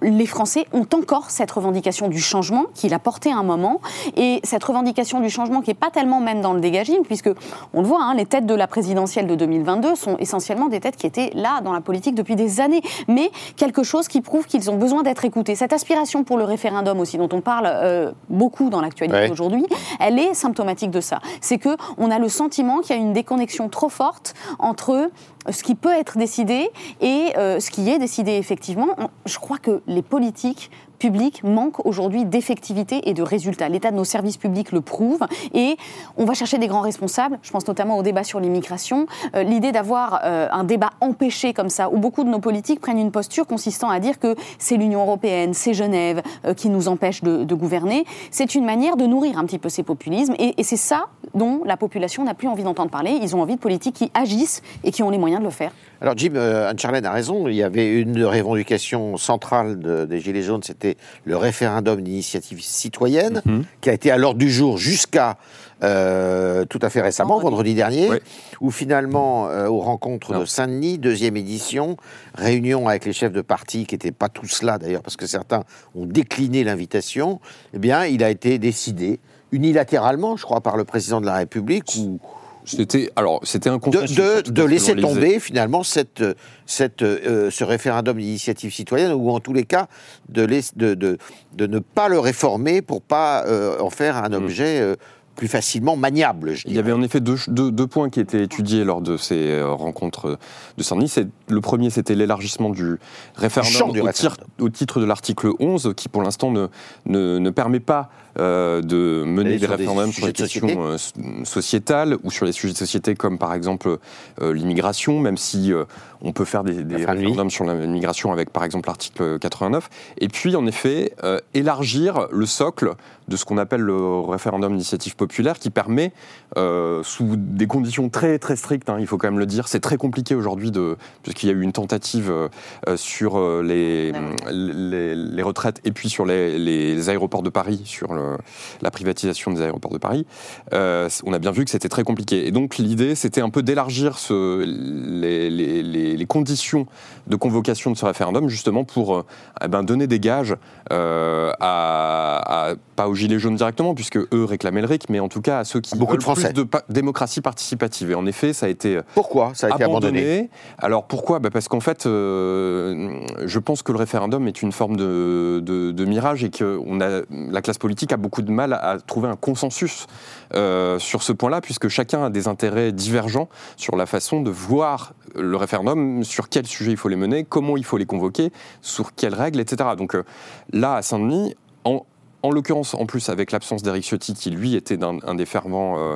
les Français ont encore cette revendication du changement qu'il a porté à un moment, et cette revendication du changement qui n'est pas tellement même dans le dégagisme, puisque on le voit, hein, les têtes de la présidentielle de deux mille vingt-deux sont essentiellement des têtes qui étaient là dans la politique depuis des années, mais quelque chose qui prouve qu'ils ont besoin d'être écoutés. Cette aspiration pour le référendum aussi, dont on parle euh, beaucoup dans l'actualité ouais. aujourd'hui, elle est symptomatique de ça. C'est qu'on a le sentiment qu'il y a une déconnexion trop forte entre ce qui peut être décidé et euh, ce qui est décidé effectivement. Je crois que les politiques publics manquent aujourd'hui d'effectivité et de résultats. L'état de nos services publics le prouve et on va chercher des grands responsables. Je pense notamment au débat sur l'immigration. Euh, l'idée d'avoir euh, un débat empêché comme ça, où beaucoup de nos politiques prennent une posture consistant à dire que c'est l'Union européenne, c'est Genève euh, qui nous empêche de, de gouverner, c'est une manière de nourrir un petit peu ces populismes et, et c'est ça dont la population n'a plus envie d'entendre parler. Ils ont envie de politiques qui agissent et qui ont les moyens de le faire. Alors Jim, euh, Anne-Charlène a raison, il y avait une revendication centrale de, des Gilets jaunes, c'était le référendum d'initiative citoyenne, mm-hmm. qui a été à l'ordre du jour jusqu'à euh, tout à fait récemment, vendredi, vendredi dernier, oui. où finalement, euh, aux rencontres non. de Saint-Denis, deuxième édition, réunion avec les chefs de parti, qui n'étaient pas tous là d'ailleurs, parce que certains ont décliné l'invitation, eh bien, il a été décidé unilatéralement, je crois, par le président de la République, ou... C'était, alors, c'était un consensus. De, de, de laisser tomber, finalement, cette, cette, euh, ce référendum d'initiative citoyenne, ou en tous les cas, de, laisser, de, de, de ne pas le réformer pour ne pas euh, en faire un objet euh, plus facilement maniable. Je Il y avait en effet deux, deux, deux points qui étaient étudiés lors de ces euh, rencontres de Saint-Denis. C'est, le premier, c'était l'élargissement du référendum, du au, référendum. Tir, au titre de l'article onze, qui pour l'instant ne, ne, ne permet pas Euh, de mener des référendums sur les questions euh, sociétales ou sur les sujets de société comme par exemple euh, l'immigration, même si euh, on peut faire des, des référendums sur l'immigration avec par exemple l'article quatre-vingt-neuf. Et puis en effet, euh, élargir le socle de ce qu'on appelle le référendum d'initiative populaire qui permet, euh, sous des conditions très très strictes, hein, il faut quand même le dire, c'est très compliqué aujourd'hui, de, puisqu'il y a eu une tentative euh, sur euh, les, les, les retraites et puis sur les, les aéroports de Paris, sur le la privatisation des aéroports de Paris, euh, on a bien vu que c'était très compliqué. Et donc l'idée, c'était un peu d'élargir ce, les, les, les, les conditions de convocation de ce référendum, justement pour euh, eh ben, donner des gages, euh, à, à, pas aux Gilets jaunes directement, puisque eux réclamaient le R I C, mais en tout cas à ceux qui Beaucoup veulent de Français. plus de pa- démocratie participative. Et en effet, ça a été Pourquoi ça a été abandonné, abandonné. Alors pourquoi bah Parce qu'en fait, euh, je pense que le référendum est une forme de, de, de mirage et que on a, la classe politique a beaucoup de mal à trouver un consensus euh, sur ce point-là, puisque chacun a des intérêts divergents sur la façon de voir le référendum, sur quel sujet il faut les mener, comment il faut les convoquer, sur quelles règles, et cetera. Donc euh, là, à Saint-Denis, en, en l'occurrence, en plus, avec l'absence d'Éric Ciotti, qui lui était d'un, un des fervents euh,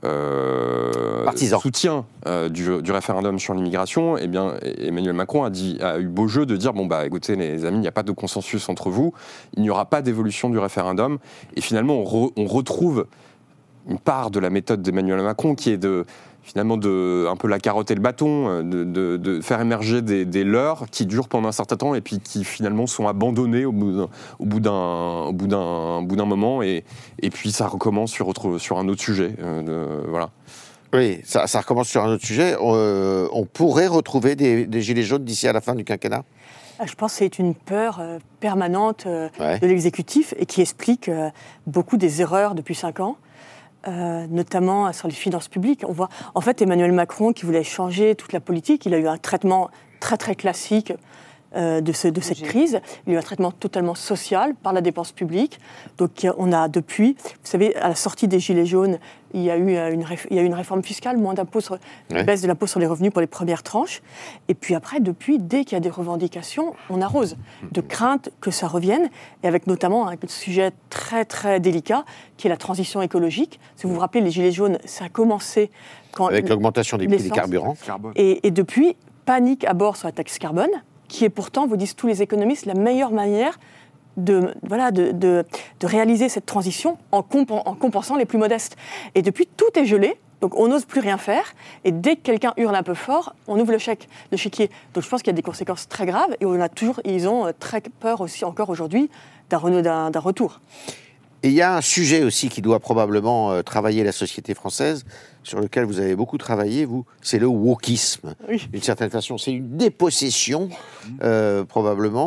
euh, soutiens euh, du, du référendum sur l'immigration, eh bien, Emmanuel Macron a, dit, a eu beau jeu de dire, bon, bah, écoutez, les amis, il n'y a pas de consensus entre vous, il n'y aura pas d'évolution du référendum, et finalement, on, re, on retrouve une part de la méthode d'Emmanuel Macron qui est de finalement de un peu la carotte et le bâton, de, de, de faire émerger des, des leurres qui durent pendant un certain temps et puis qui finalement sont abandonnés au bout d'un, au bout d'un, au bout d'un, au bout d'un moment et, et puis ça recommence sur, autre, sur un autre sujet. Euh, de, voilà. Oui, ça, ça recommence sur un autre sujet. Euh, on pourrait retrouver des, des gilets jaunes d'ici à la fin du quinquennat ? Je pense que c'est une peur euh, permanente euh, ouais. de l'exécutif et qui explique euh, beaucoup des erreurs depuis cinq ans. Euh, notamment sur les finances publiques. On voit, en fait, Emmanuel Macron, qui voulait changer toute la politique, il a eu un traitement très très classique euh, de, ce, de cette crise. Il y a eu un traitement totalement social par la dépense publique. Donc on a depuis, vous savez, à la sortie des Gilets jaunes, il y a eu une, il y a eu une réforme fiscale, moins d'impôts, sur, ouais. baisse de l'impôt sur les revenus pour les premières tranches. Et puis après, depuis, dès qu'il y a des revendications, on arrose de crainte que ça revienne, et avec notamment un sujet très très délicat, qui est la transition écologique. Si vous vous rappelez, les Gilets jaunes, ça a commencé quand... Avec l'augmentation des prix des carburants. Et, et depuis, panique à bord sur la taxe carbone, qui est pourtant, vous disent tous les économistes, la meilleure manière de, voilà, de, de, de réaliser cette transition en, comp- en compensant les plus modestes. Et depuis, tout est gelé, donc on n'ose plus rien faire, et dès que quelqu'un hurle un peu fort, on ouvre le chèque, le chéquier. Donc je pense qu'il y a des conséquences très graves, et on a toujours, ils ont très peur aussi, encore aujourd'hui, d'un, d'un, d'un retour. Et il y a un sujet aussi qui doit probablement euh, travailler la société française, sur lequel vous avez beaucoup travaillé, vous, c'est le wokisme. Oui. D'une certaine façon, c'est une dépossession, euh, probablement,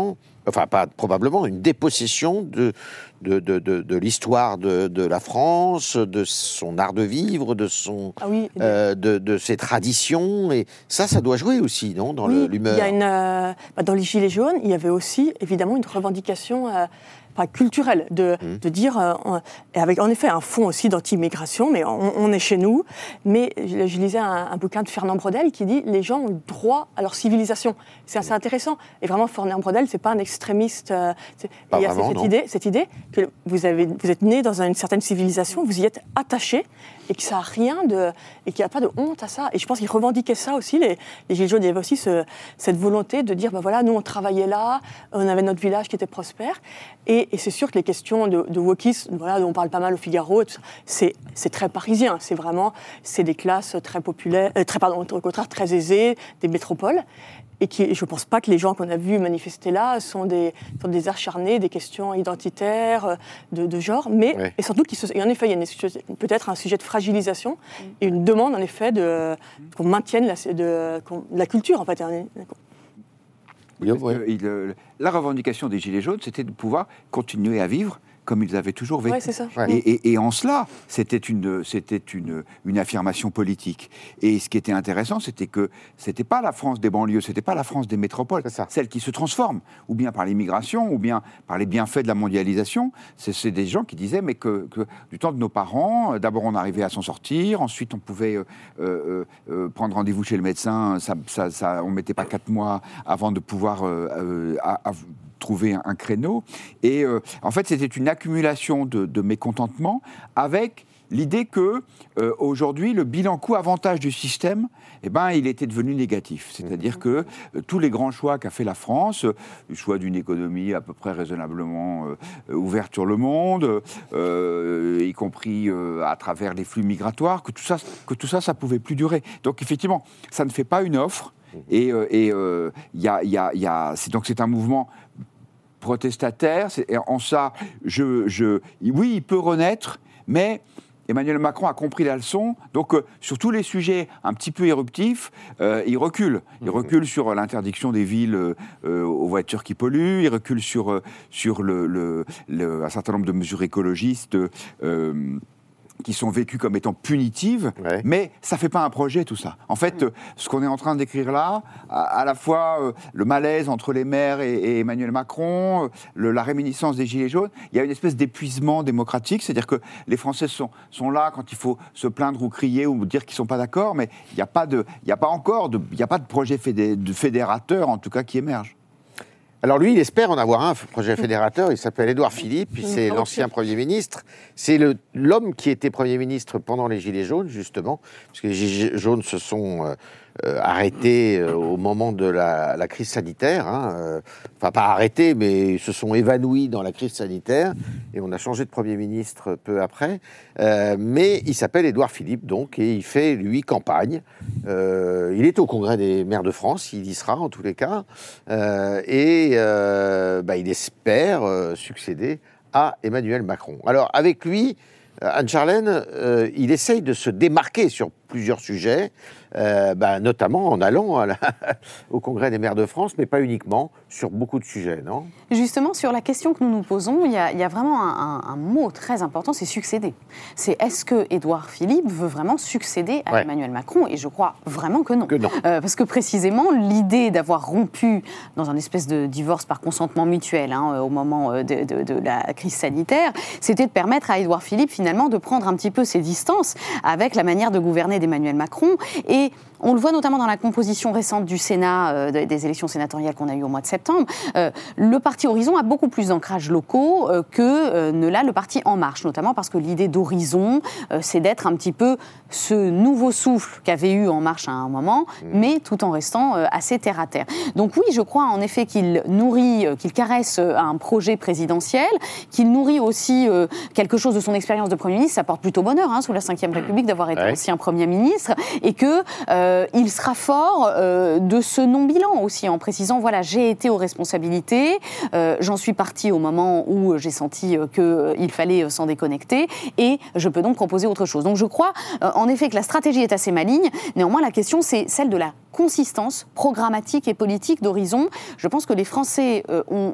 enfin pas probablement, une dépossession de, de, de, de, de l'histoire de, de la France, de son art de vivre, de, son, ah oui, euh, de, de ses traditions. Et ça, ça doit jouer aussi, non, dans oui, l'humeur. Il y a une, euh, bah, dans les Gilets jaunes, il y avait aussi évidemment une revendication euh, enfin, culturelle de, mmh. de dire, euh, et avec en effet un fond aussi d'anti-immigration, mais on, on est chez nous. Mais je, je lisais un, un bouquin de Fernand Braudel qui dit les gens ont le droit à leur civilisation. C'est assez intéressant. Et vraiment, Fernand Braudel, c'est pas un extrémiste. Euh, il y a vraiment, cette idée, cette idée que vous avez, vous êtes né dans une certaine civilisation, vous y êtes attaché. Et que ça a rien de, et qu'il n'y a pas de honte à ça. Et je pense qu'ils revendiquaient ça aussi, les, les Gilets jaunes. Il y avait aussi ce, cette volonté de dire, ben voilà, nous on travaillait là, on avait notre village qui était prospère. Et, et c'est sûr que les questions de, de wokisme, voilà, dont on parle pas mal au Figaro, et tout ça, c'est, c'est très parisien. C'est vraiment, c'est des classes très populaires, euh, très, pardon, au contraire très aisées, des métropoles. Et qui, je ne pense pas que les gens qu'on a vus manifester là sont des, sont des acharnés, des questions identitaires, de, de genre, mais ouais. et surtout qu'en effet, il y a une, peut-être un sujet de fragilisation et une demande en effet de, qu'on maintienne la, de, qu'on, la culture en fait. Oui, ouais. il, la revendication des Gilets jaunes, c'était de pouvoir continuer à vivre comme ils avaient toujours vécu. Ouais, c'est ça. Et, et, et en cela, c'était, une, c'était une, une affirmation politique. Et ce qui était intéressant, c'était que ce n'était pas la France des banlieues, ce n'était pas la France des métropoles, celle qui se transforme, ou bien par l'immigration, ou bien par les bienfaits de la mondialisation. C'est, c'est des gens qui disaient, mais que, que du temps de nos parents, d'abord on arrivait à s'en sortir, ensuite on pouvait euh, euh, euh, prendre rendez-vous chez le médecin, ça, ça, ça, on ne mettait pas quatre mois avant de pouvoir euh, euh, à, à, trouver un, un créneau. Et euh, en fait, c'était une accumulation de, de mécontentement avec l'idée que euh, aujourd'hui, le bilan coût-avantage du système, eh ben, il était devenu négatif. C'est-à-dire que euh, tous les grands choix qu'a fait la France, euh, le choix d'une économie à peu près raisonnablement euh, ouverte sur le monde, euh, y compris euh, à travers les flux migratoires, que tout ça, que tout ça, ça pouvait plus durer. Donc effectivement, ça ne fait pas une offre. Et, euh, et euh, y a, y a, y a, c'est, donc c'est un mouvement protestataire. C'est, en ça, je, je, oui, il peut renaître, mais Emmanuel Macron a compris la leçon. Donc, euh, sur tous les sujets un petit peu éruptifs, euh, il recule. Il recule sur l'interdiction des villes euh, aux voitures qui polluent. Il recule sur, euh, sur le, le, le, un certain nombre de mesures écologistes euh, qui sont vécues comme étant punitives, ouais. Mais ça ne fait pas un projet, tout ça. En fait, mmh. ce qu'on est en train d'écrire là, à, à la fois euh, le malaise entre les maires et, et Emmanuel Macron, euh, le, la réminiscence des Gilets jaunes, il y a une espèce d'épuisement démocratique, c'est-à-dire que les Français sont, sont là quand il faut se plaindre ou crier ou dire qu'ils ne sont pas d'accord, mais il n'y a pas de, il n'y a pas encore de, il n'y a pas de projet fédé, de fédérateur, en tout cas, qui émerge. Alors lui, il espère en avoir un projet fédérateur, il s'appelle Édouard Philippe, c'est l'ancien Premier ministre, c'est le, l'homme qui était Premier ministre pendant les Gilets jaunes, justement, parce que les Gilets jaunes se sont euh, euh, arrêtés euh, au moment de la, la crise sanitaire, hein, euh, enfin pas arrêtés, mais se sont évanouis dans la crise sanitaire, et on a changé de Premier ministre peu après, euh, mais il s'appelle Édouard Philippe, donc, et il fait, lui, campagne. Euh, il est au Congrès des maires de France, il y sera en tous les cas, euh, et euh, bah, il espère euh, succéder à Emmanuel Macron. Alors, avec lui, Anne-Charlène, euh, il essaye de se démarquer sur plusieurs sujets, euh, bah, notamment en allant à la, au Congrès des maires de France, mais pas uniquement, sur beaucoup de sujets, non ? Justement, sur la question que nous nous posons, il y a, il y a vraiment un, un, un mot très important, c'est succéder. C'est est-ce que Édouard Philippe veut vraiment succéder à ouais. Emmanuel Macron ? Et je crois vraiment que non. Que non. Euh, parce que précisément, l'idée d'avoir rompu dans un espèce de divorce par consentement mutuel hein, au moment de, de, de la crise sanitaire, c'était de permettre à Édouard Philippe, finalement, de prendre un petit peu ses distances avec la manière de gouverner d'Emmanuel Macron. Et on le voit notamment dans la composition récente du Sénat, euh, des élections sénatoriales qu'on a eues au mois de septembre. Euh, le parti Horizon a beaucoup plus d'ancrages locaux euh, que euh, ne l'a le parti En Marche, notamment parce que l'idée d'Horizon, euh, c'est d'être un petit peu ce nouveau souffle qu'avait eu En Marche à un moment, mmh. mais tout en restant euh, assez terre-à-terre. Donc oui, je crois en effet qu'il nourrit, euh, qu'il caresse euh, un projet présidentiel, qu'il nourrit aussi euh, quelque chose de son expérience de Premier ministre. Ça porte plutôt bonheur, hein, sous la cinquième République, d'avoir été ouais. ancien Premier ministre, et que euh, il sera fort euh, de ce non-bilan aussi, en précisant, voilà, j'ai été aux responsabilités, euh, j'en suis parti au moment où j'ai senti euh, qu'il euh, fallait s'en déconnecter, et je peux donc proposer autre chose. Donc je crois, euh, en effet, que la stratégie est assez maligne. Néanmoins, la question, c'est celle de la consistance programmatique et politique d'Horizon. Je pense que les Français euh, ont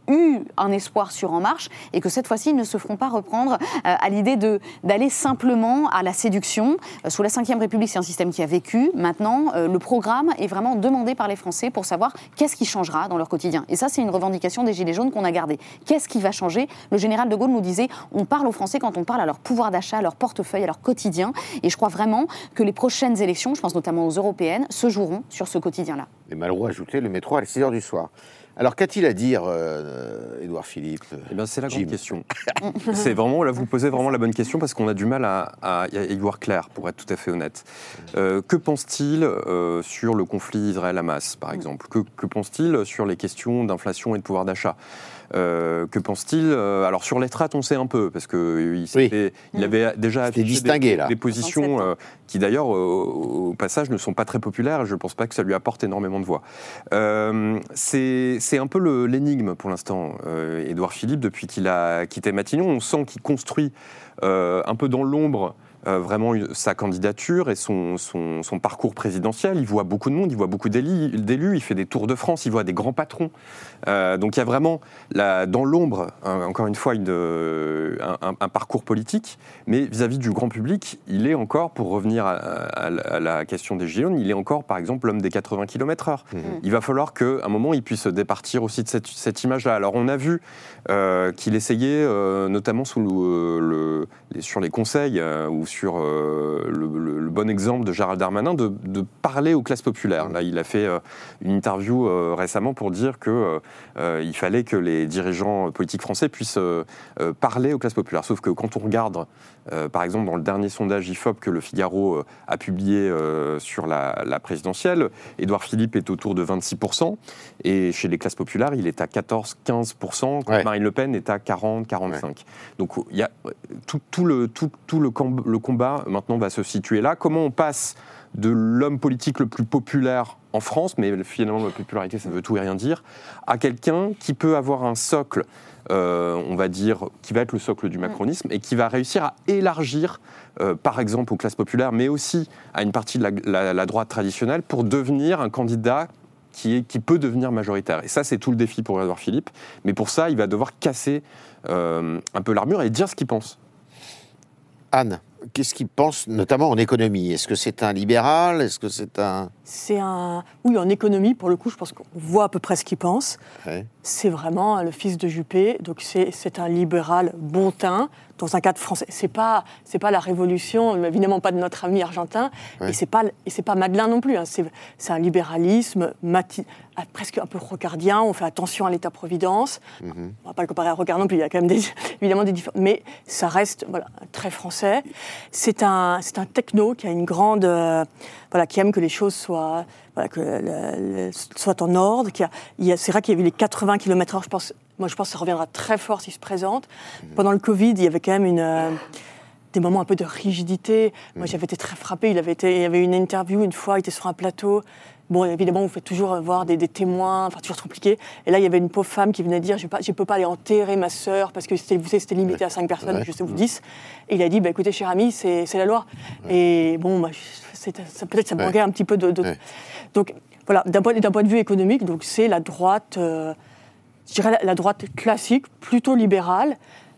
eu un espoir sur En Marche et que cette fois-ci, ils ne se feront pas reprendre euh, à l'idée de, d'aller simplement à la séduction. Euh, sous la cinquième République, c'est un système qui a vécu. Maintenant, euh, le programme est vraiment demandé par les Français pour savoir qu'est-ce qui changera dans leur quotidien. Et ça, c'est une revendication des Gilets jaunes qu'on a gardée. Qu'est-ce qui va changer ? Le général de Gaulle nous disait, on parle aux Français quand on parle à leur pouvoir d'achat, à leur portefeuille, à leur quotidien. Et je crois vraiment que les prochaines élections, je pense notamment aux européennes, se joueront sur ce quotidien-là. Et Malraux a ajouté le métro à six heures du soir. Alors, qu'a-t-il à dire, euh, Édouard Philippe ? Eh bien, c'est la grande Jim. question. C'est vraiment, là, vous posez vraiment la bonne question parce qu'on a du mal à, à, à y voir clair, pour être tout à fait honnête. Euh, que pense-t-il euh, sur le conflit Israël-Hamas, par exemple ? Que, que pense-t-il sur les questions d'inflation et de pouvoir d'achat ? Euh, que pense-t-il euh, Alors sur les traites, on sait un peu, parce qu'il oui. il avait déjà C'était affiché distingué, des, là. des positions euh, qui d'ailleurs, euh, au passage, ne sont pas très populaires, et je ne pense pas que ça lui apporte énormément de voix. Euh, c'est, c'est un peu le, l'énigme pour l'instant, euh, Édouard Philippe, depuis qu'il a quitté Matignon. On sent qu'il construit euh, un peu dans l'ombre Euh, vraiment une, sa candidature et son, son, son parcours présidentiel. Il voit beaucoup de monde, il voit beaucoup d'élus, d'élus, il fait des tours de France, il voit des grands patrons. Euh, donc il y a vraiment, la, dans l'ombre, un, encore une fois, une, un, un, un parcours politique, mais vis-à-vis du grand public, il est encore, pour revenir à, à, à la question des Gilets jaunes, il est encore, par exemple, l'homme des quatre-vingts kilomètres heure. Mmh. Il va falloir qu'à un moment, il puisse se départir aussi de cette, cette image-là. Alors on a vu euh, qu'il essayait, euh, notamment sous le, le, les, sur les conseils, euh, ou sur euh, le, le, le bon exemple de Gérald Darmanin, de, de parler aux classes populaires. Là, il a fait euh, une interview euh, récemment pour dire qu'il euh, il fallait que les dirigeants politiques français puissent euh, euh, parler aux classes populaires. Sauf que quand on regarde, euh, par exemple, dans le dernier sondage I F O P que le Figaro euh, a publié euh, sur la, la présidentielle, Édouard Philippe est autour de vingt-six pour cent, et chez les classes populaires, il est à quatorze à quinze pour cent, quand ouais. Marine Le Pen est à quarante à quarante-cinq pour cent. Ouais. Donc, il y a tout, tout le, tout, tout le, camp, le combat maintenant va se situer là. Comment on passe de l'homme politique le plus populaire en France, mais finalement la popularité ça veut tout et rien dire, à quelqu'un qui peut avoir un socle, euh, on va dire, qui va être le socle du macronisme et qui va réussir à élargir, euh, par exemple aux classes populaires, mais aussi à une partie de la, la, la droite traditionnelle pour devenir un candidat qui, est, qui peut devenir majoritaire. Et ça, c'est tout le défi pour Édouard Philippe. Mais pour ça, il va devoir casser euh, un peu l'armure et dire ce qu'il pense. Anne, qu'est-ce qu'il pense, notamment en économie ? Est-ce que c'est un libéral ? Est-ce que c'est un... C'est un... Oui, en économie, pour le coup, je pense qu'on voit à peu près ce qu'il pense. Ouais. C'est vraiment le fils de Juppé, donc c'est, c'est un libéral bon teint, dans un cadre français. C'est pas, c'est pas la révolution, évidemment pas de notre ami argentin, ouais. et c'est pas, et c'est pas Madelin non plus. Hein. C'est, c'est un libéralisme mati... presque un peu rocardien, on fait attention à l'État-providence. Mm-hmm. On va pas le comparer à Rocard non plus, il y a quand même des, évidemment des différences. Mais ça reste voilà, très français. C'est un, c'est un techno qui a une grande... Euh, voilà, qui aime que les choses soient, voilà, que le, le, soient en ordre. Qui a, il y a, c'est vrai qu'il y a eu les quatre-vingts kilomètres heure, je pense... Moi, je pense que ça reviendra très fort s'il se présente. Mmh. Pendant le Covid, il y avait quand même une, euh, des moments un peu de rigidité. Moi, j'avais été très frappée. Il, avait été, il y avait une interview une fois, il était sur un plateau. Bon, évidemment, on fait toujours voir des, des témoins, enfin, toujours compliqué. Et là, il y avait une pauvre femme qui venait dire « Je ne peux pas aller enterrer ma sœur parce que c'était, vous savez, c'était limité à cinq personnes, ouais. je sais vous dix. » Et il a dit bah, « Écoutez, cher ami, c'est, c'est la loi. Ouais. » Et bon, bah, c'est, ça, peut-être que ça manquait ouais. un petit peu de... de... Ouais. Donc, voilà, d'un point, d'un point de vue économique, donc, c'est la droite... Euh, je dirais la, la droite classique, plutôt libérale,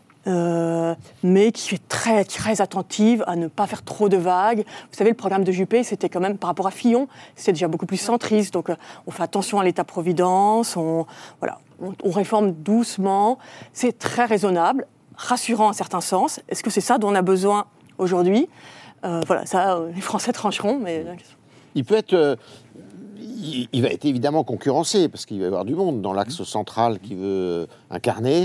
euh, mais qui est très, très attentive à ne pas faire trop de vagues. Vous savez, le programme de Juppé, c'était quand même, par rapport à Fillon, c'était déjà beaucoup plus centriste. Donc, euh, on fait attention à l'État-providence, on, voilà, on, on réforme doucement. C'est très raisonnable, rassurant en certains sens. Est-ce que c'est ça dont on a besoin aujourd'hui ? euh, Voilà, ça, euh, les Français trancheront, mais... Il peut être... Euh... Il va être évidemment concurrencé, parce qu'il va y avoir du monde dans l'axe central qui veut incarner,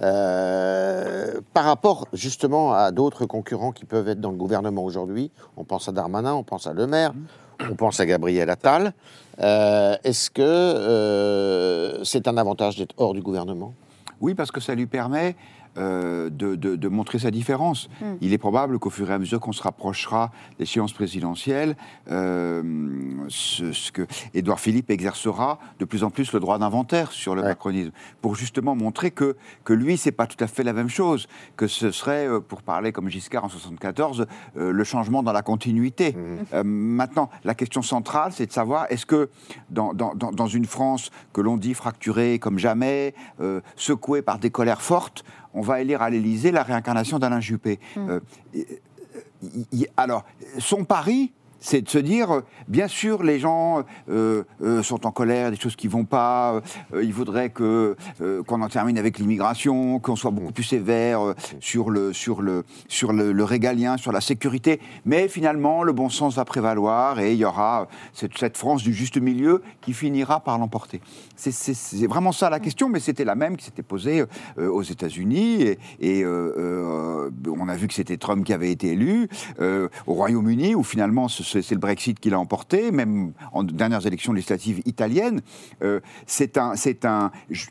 euh, par rapport justement à d'autres concurrents qui peuvent être dans le gouvernement aujourd'hui. On pense à Darmanin, on pense à Le Maire, on pense à Gabriel Attal. Euh, est-ce que euh, c'est un avantage d'être hors du gouvernement ? Oui, parce que ça lui permet euh, de, de, de montrer sa différence. Mm. Il est probable qu'au fur et à mesure qu'on se rapprochera d'échéances présidentielles, euh, ce, ce que Édouard Philippe exercera de plus en plus le droit d'inventaire sur le ouais. macronisme, pour justement montrer que, que lui, c'est pas tout à fait la même chose, que ce serait, pour parler comme Giscard en soixante-quatorze, euh, le changement dans la continuité. Mmh. Euh, maintenant, la question centrale, c'est de savoir, est-ce que dans, dans, dans une France que l'on dit fracturée comme jamais, euh, secouée par des colères fortes, on va élire à l'Élysée la réincarnation d'Alain Juppé. Mmh. Euh, y, y, alors, son pari, c'est de se dire, bien sûr, les gens euh, euh, sont en colère, des choses qui ne vont pas, euh, ils voudraient que, euh, qu'on en termine avec l'immigration, qu'on soit beaucoup plus sévère euh, sur, le, sur, le, sur le, le régalien, sur la sécurité, mais finalement, le bon sens va prévaloir et il y aura cette, cette France du juste milieu qui finira par l'emporter. C'est, c'est, c'est vraiment ça la question, mais c'était la même qui s'était posée euh, aux États-Unis et, et euh, euh, on a vu que c'était Trump qui avait été élu, euh, au Royaume-Uni, où finalement, ce c'est le Brexit qui l'a emporté, même en dernières élections législatives italiennes. Euh, c'est un, c'est un,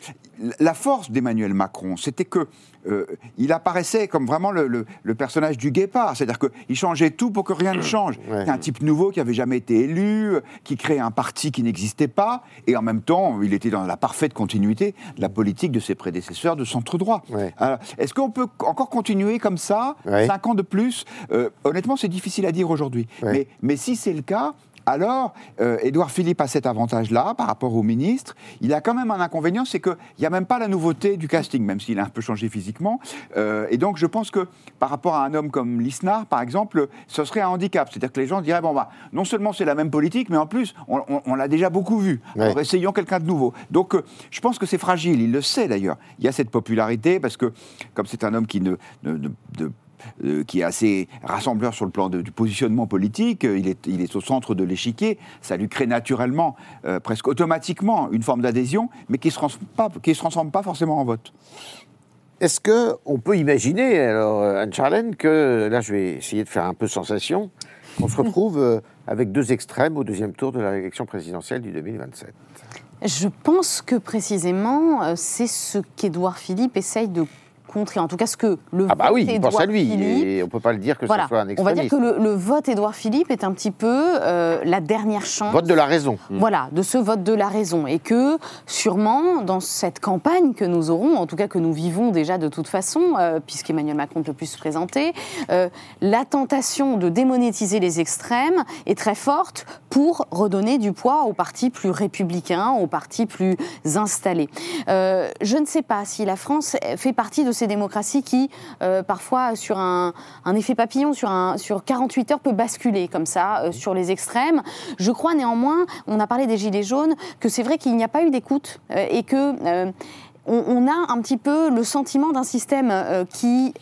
la force d'Emmanuel Macron, c'était que euh, il apparaissait comme vraiment le, le, le personnage du guépard, c'est-à-dire qu'il changeait tout pour que rien ne change. Ouais. C'est un type nouveau qui n'avait jamais été élu, qui créait un parti qui n'existait pas, et en même temps, il était dans la parfaite continuité de la politique de ses prédécesseurs de centre-droit. Ouais. Alors, est-ce qu'on peut encore continuer comme ça, ouais. cinq ans de plus euh, Honnêtement, c'est difficile à dire aujourd'hui. Ouais. Mais, mais si c'est le cas, alors, euh, Édouard Philippe a cet avantage-là par rapport au ministre. Il a quand même un inconvénient, c'est qu'il n'y a même pas la nouveauté du casting, même s'il a un peu changé physiquement. Euh, et donc, je pense que par rapport à un homme comme Lisnard, par exemple, ce serait un handicap. C'est-à-dire que les gens diraient, bon, bah, non seulement c'est la même politique, mais en plus, on, on, on l'a déjà beaucoup vu. Ouais. Alors, essayons quelqu'un de nouveau. Donc, euh, je pense que c'est fragile. Il le sait, d'ailleurs. Il y a cette popularité, parce que, comme c'est un homme qui ne... ne, ne de, Euh, qui est assez rassembleur sur le plan de, du positionnement politique, il est, il est au centre de l'échiquier, ça lui crée naturellement, euh, presque automatiquement, une forme d'adhésion, mais qui ne se, se transforme pas forcément en vote. Est-ce qu'on peut imaginer, alors Anne-Charlène, que, là je vais essayer de faire un peu sensation, qu'on se retrouve euh, avec deux extrêmes au deuxième tour de l'élection présidentielle du deux mille vingt-sept ? Je pense que précisément, c'est ce qu'Édouard Philippe essaye de contrer, en tout cas ce que le ah bah vote oui, il pense à lui, Philippe, et on ne peut pas le dire que voilà, ce soit un extrémiste. On va dire que le, le vote Édouard Philippe est un petit peu euh, la dernière chance. Vote de la raison. Voilà, de ce vote de la raison. Et que, sûrement, dans cette campagne que nous aurons, en tout cas que nous vivons déjà de toute façon, euh, puisqu'Emmanuel Macron ne peut plus se présenter, euh, la tentation de démonétiser les extrêmes est très forte pour redonner du poids aux partis plus républicains, aux partis plus installés. Euh, je ne sais pas si la France fait partie de ces démocraties qui, Euh, parfois, sur un, un effet papillon, sur, un, sur quarante-huit heures, peut basculer comme ça, euh, sur les extrêmes. Je crois néanmoins, on a parlé des Gilets jaunes, que c'est vrai qu'il n'y a pas eu d'écoute euh, et que euh, on, on a un petit peu le sentiment d'un système euh, qui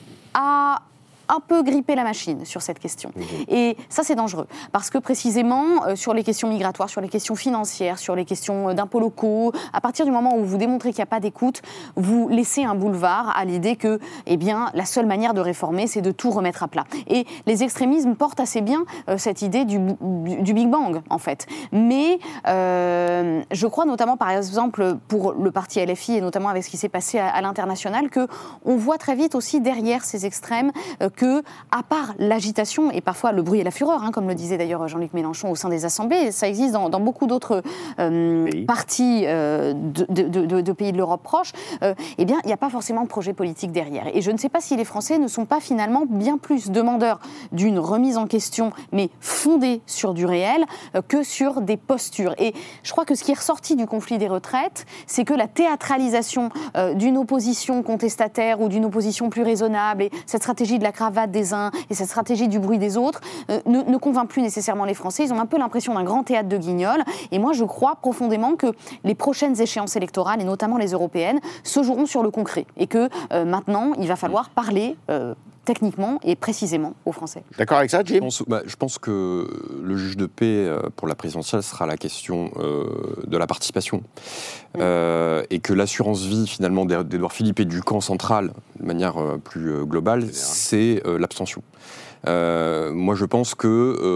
a un peu gripper la machine sur cette question. Mmh. Et ça, c'est dangereux. Parce que précisément, euh, sur les questions migratoires, sur les questions financières, sur les questions d'impôts locaux, à partir du moment où vous démontrez qu'il n'y a pas d'écoute, vous laissez un boulevard à l'idée que, eh bien, la seule manière de réformer, c'est de tout remettre à plat. Et les extrémismes portent assez bien euh, cette idée du, du Big Bang, en fait. Mais euh, je crois notamment, par exemple, pour le parti L F I, et notamment avec ce qui s'est passé à, à l'international, qu'on voit très vite aussi derrière ces extrêmes euh, que, à part l'agitation et parfois le bruit et la fureur, hein, comme le disait d'ailleurs Jean-Luc Mélenchon au sein des assemblées, ça existe dans, dans beaucoup d'autres euh, partis euh, de, de, de, de pays de l'Europe proche, euh, eh bien, il n'y a pas forcément de projet politique derrière. Et je ne sais pas si les Français ne sont pas finalement bien plus demandeurs d'une remise en question, mais fondée sur du réel, euh, que sur des postures. Et je crois que ce qui est ressorti du conflit des retraites, c'est que la théâtralisation euh, d'une opposition contestataire ou d'une opposition plus raisonnable, et cette stratégie de la cravate des uns et cette stratégie du bruit des autres euh, ne, ne convainc plus nécessairement les Français. Ils ont un peu l'impression d'un grand théâtre de Guignol. Et moi, je crois profondément que les prochaines échéances électorales, et notamment les européennes, se joueront sur le concret. Et que euh, maintenant, il va falloir parler euh, techniquement et précisément aux Français. D'accord avec ça, Jim ? Je pense, bah, je pense que le juge de paix euh, pour la présidentielle sera la question euh, de la participation. Mmh. Euh, et que l'assurance vie, finalement, d'Édouard Philippe et du camp central, de manière euh, plus euh, globale, c'est euh, l'abstention. Euh, moi, je pense que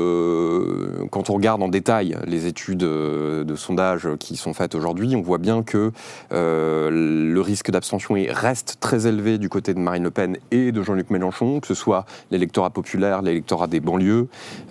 euh, quand on regarde en détail les études euh, de sondage qui sont faites aujourd'hui, on voit bien que euh, le risque d'abstention reste très élevé du côté de Marine Le Pen et de Jean-Luc Mélenchon, que ce soit l'électorat populaire, l'électorat des banlieues.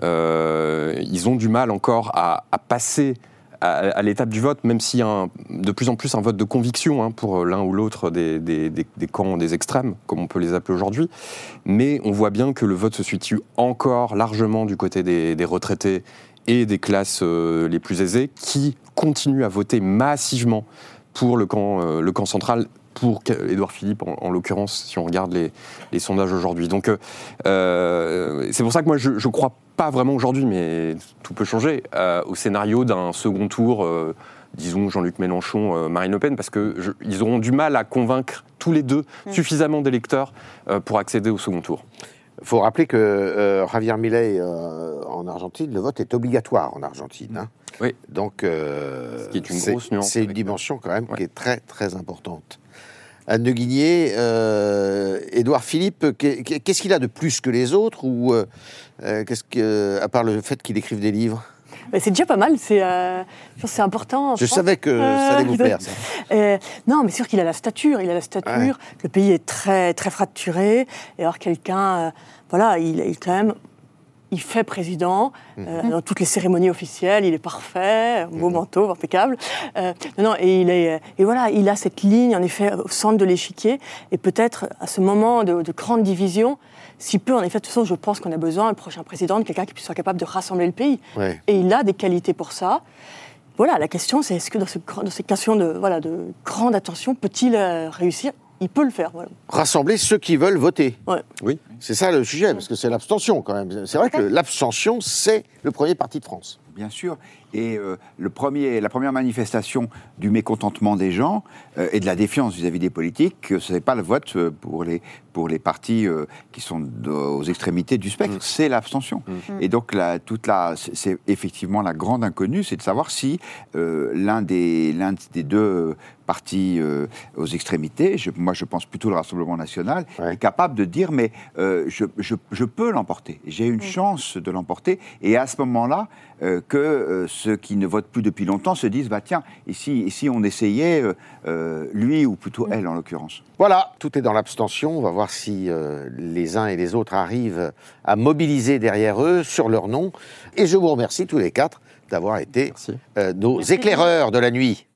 Euh, ils ont du mal encore à, à passer à, à l'étape du vote, même s'il y a un, de plus en plus un vote de conviction hein, pour l'un ou l'autre des, des, des, des camps des extrêmes, comme on peut les appeler aujourd'hui. Mais on voit bien que le vote se situe encore largement du côté des, des retraités et des classes euh, les plus aisées, qui continuent à voter massivement pour le camp, euh, le camp central, pour Édouard Philippe, en, en l'occurrence, si on regarde les, les sondages aujourd'hui. Donc, euh, c'est pour ça que moi, je ne crois pas vraiment aujourd'hui, mais tout peut changer, euh, au scénario d'un second tour, euh, disons Jean-Luc Mélenchon, euh, Marine Le Pen, parce qu'ils auront du mal à convaincre tous les deux mmh. suffisamment d'électeurs euh, pour accéder au second tour. Il faut rappeler que euh, Javier Milei, euh, en Argentine, le vote est obligatoire en Argentine. Hein. Oui. Donc, euh, Ce qui est une grosse nuance. C'est une dimension quand même ouais. qui est très, très importante. Anne de Guigné, euh, Édouard Philippe, qu'est-ce qu'il a de plus que les autres, ou euh, qu'est-ce que, à part le fait qu'il écrive des livres ? C'est déjà pas mal, c'est, euh, c'est important. Je, je savais que euh, ça allait vous plaire, ça. Euh, non, mais sûr qu'il a la stature, il a la stature. Ouais. Le pays est très, très fracturé. Et alors quelqu'un, euh, voilà, il est quand même... Il fait président mmh. euh, dans toutes les cérémonies officielles, il est parfait, beau mmh. manteau, impeccable. Euh, non, non, et, il est, et voilà, il a cette ligne, en effet, au centre de l'échiquier. Et peut-être, à ce moment de, de grande division, si peu, en effet, de toute façon, je pense qu'on a besoin, le prochain président, de quelqu'un qui soit capable de rassembler le pays. Ouais. Et il a des qualités pour ça. Voilà, la question, c'est est-ce que dans, ce, dans ces questions de, voilà, de grande attention, peut-il euh, réussir ? Il peut le faire. Voilà. Rassembler ceux qui veulent voter. Ouais. Oui. C'est ça le sujet, parce que c'est l'abstention quand même. C'est vrai que l'abstention, c'est le premier parti de France. Bien sûr. Et euh, le premier, la première manifestation du mécontentement des gens euh, et de la défiance vis-à-vis des politiques, ce n'est pas le vote pour les, pour les partis euh, qui sont de, aux extrémités du spectre, mmh. c'est l'abstention. Mmh. Et donc, la, toute la, c'est, c'est effectivement la grande inconnue, c'est de savoir si euh, l'un, des, l'un des deux partis euh, aux extrémités, je, moi je pense plutôt le Rassemblement national, ouais. est capable de dire mais euh, je, je, je peux l'emporter, j'ai une mmh. chance de l'emporter. Et à ce moment-là, euh, que euh, ceux qui ne votent plus depuis longtemps se disent bah tiens, ici, ici on essayait euh, euh, lui ou plutôt elle en l'occurrence. Voilà, tout est dans l'abstention. On va voir si euh, les uns et les autres arrivent à mobiliser derrière eux sur leur nom. Et je vous remercie tous les quatre d'avoir été euh, nos Merci. éclaireurs de la nuit.